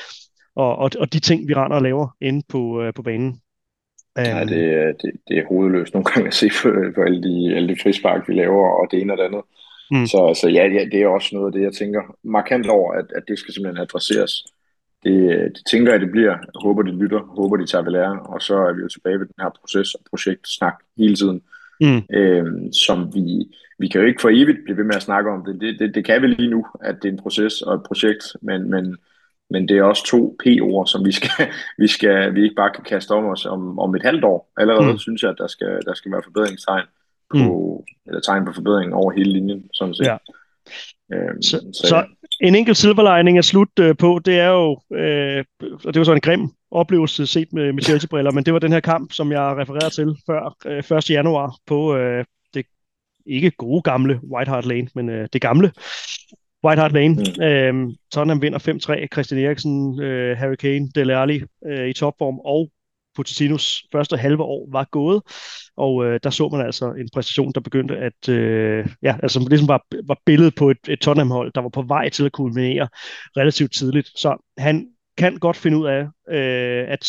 og de ting, vi render og laver inde på banen. Ja, det er hovedløst nogle gange at se på alle de frispark, vi laver, og det ene og det andet. Så ja, det er også noget af det, jeg tænker markant over, at det skal simpelthen adresseres. Det tænker jeg, det bliver. Jeg håber, de lytter. Jeg håber, de tager ved lære. Og så er vi jo tilbage ved den her proces og projektsnak hele tiden. Som vi kan jo ikke for evigt blive ved med at snakke om det. Det kan vi lige nu, at det er en proces og et projekt, men det er også 2 P-ord, som vi ikke bare kan kaste om os om et halvt år. Allerede synes jeg, at der skal være forbedringstegn eller tegn på forbedring over hele linjen, sådan set. Ja. Så en enkelt silver lining at slutte på, det er jo, og det var så en grim oplevelse set med Chelsea-briller, men det var den her kamp, som jeg refererede til før 1. januar på det ikke gode gamle White Hart Lane, men det gamle White Hart Lane. Tottenham vinder 5-3, Christian Eriksen, Harry Kane, Dele Alli i topform, og Pochettinos første halve år var gået, og der så man altså en præstation, der begyndte at, altså ligesom var billedet på et Tottenham-hold, der var på vej til at kulminere relativt tidligt. Så han kan godt finde ud af at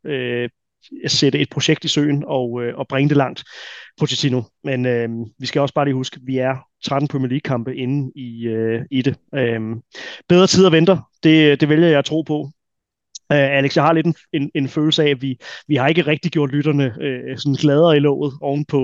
sætte et projekt i søen og bringe det langt, Pochettino. Men vi skal også bare lige huske, at vi er 13 Premier League-kampe inde i det. Bedre tider venter, det vælger jeg at tro på. Alex, jeg har lidt en følelse af, at vi har ikke rigtig gjort lytterne sådan gladere i låget ovenpå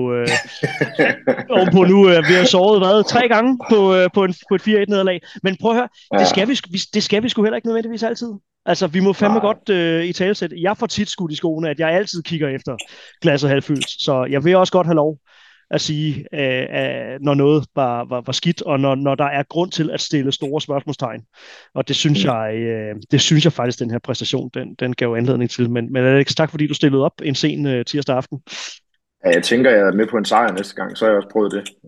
nu. Vi har sovet 3 gange på et 4-1-nederlag. Men prøv at høre, det skal vi sgu heller ikke nødvendigvis altid. Altså, vi må fandme godt i talesæt. Jeg får tit skudt i skoene, at jeg altid kigger efter glasset halvfyldt. Så jeg vil også godt have lov at sige, når noget var skidt, og når der er grund til at stille store spørgsmålstegn. Og det synes jeg faktisk, den her præstation, den gav anledning til. Men Alex, tak fordi du stillede op en sen tirsdag aften. Ja, jeg tænker, jeg er med på en sejr næste gang, så har jeg også prøvet det.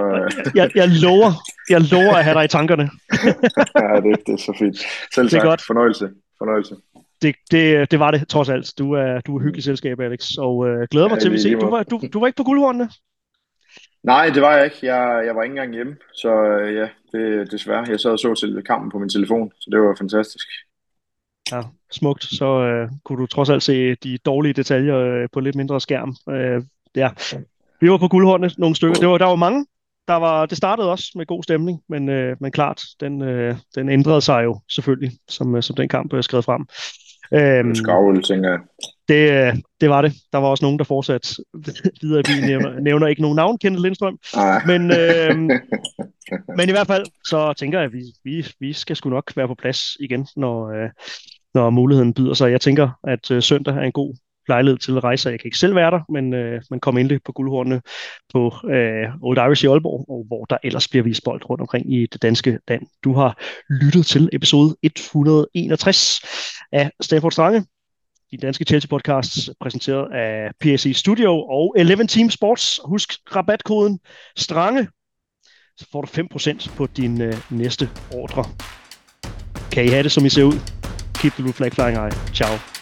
Jeg lover at have dig i tankerne. Ja, det er så fint. Selv tak. Godt. Fornøjelse. Det var det, trods alt. Du er hyggelig selskab, Alex, og glæder mig til at se. Du var ikke på guldhornene? Nej, det var jeg ikke. Jeg var ikke engang hjemme, så ja, det desværre. Jeg sad og så til kampen på min telefon, så det var fantastisk. Ja, smukt. Så kunne du trods alt se de dårlige detaljer på lidt mindre skærm. Ja, vi var på guldhornene nogle stykker. Der var mange. Det startede også med god stemning, men klart, den ændrede sig jo selvfølgelig, som den kamp er skrevet frem. Skavl, tænker jeg. Det var det. Der var også nogen, der fortsat videre i bilen, nævner ikke nogen navn, Kenneth Lindstrøm. Men i hvert fald, så tænker jeg, at vi skal sgu nok være på plads igen, når muligheden byder sig. Jeg tænker, at søndag er en god lejlighed til at rejse. Jeg kan ikke selv være der, men kom endelig på guldhornene på Old Irish i Aalborg, og hvor der ellers bliver vist bold rundt omkring i det danske land. Du har lyttet til episode 161 af Stamford Strange, de danske Chelsea-podcasts, præsenteret af PSE Studio og 11 Team Sports. Husk rabatkoden STRANGE, så får du 5% på din næste ordre. Kan I have det, som I ser ud? keep the blue flag flying high. Ciao.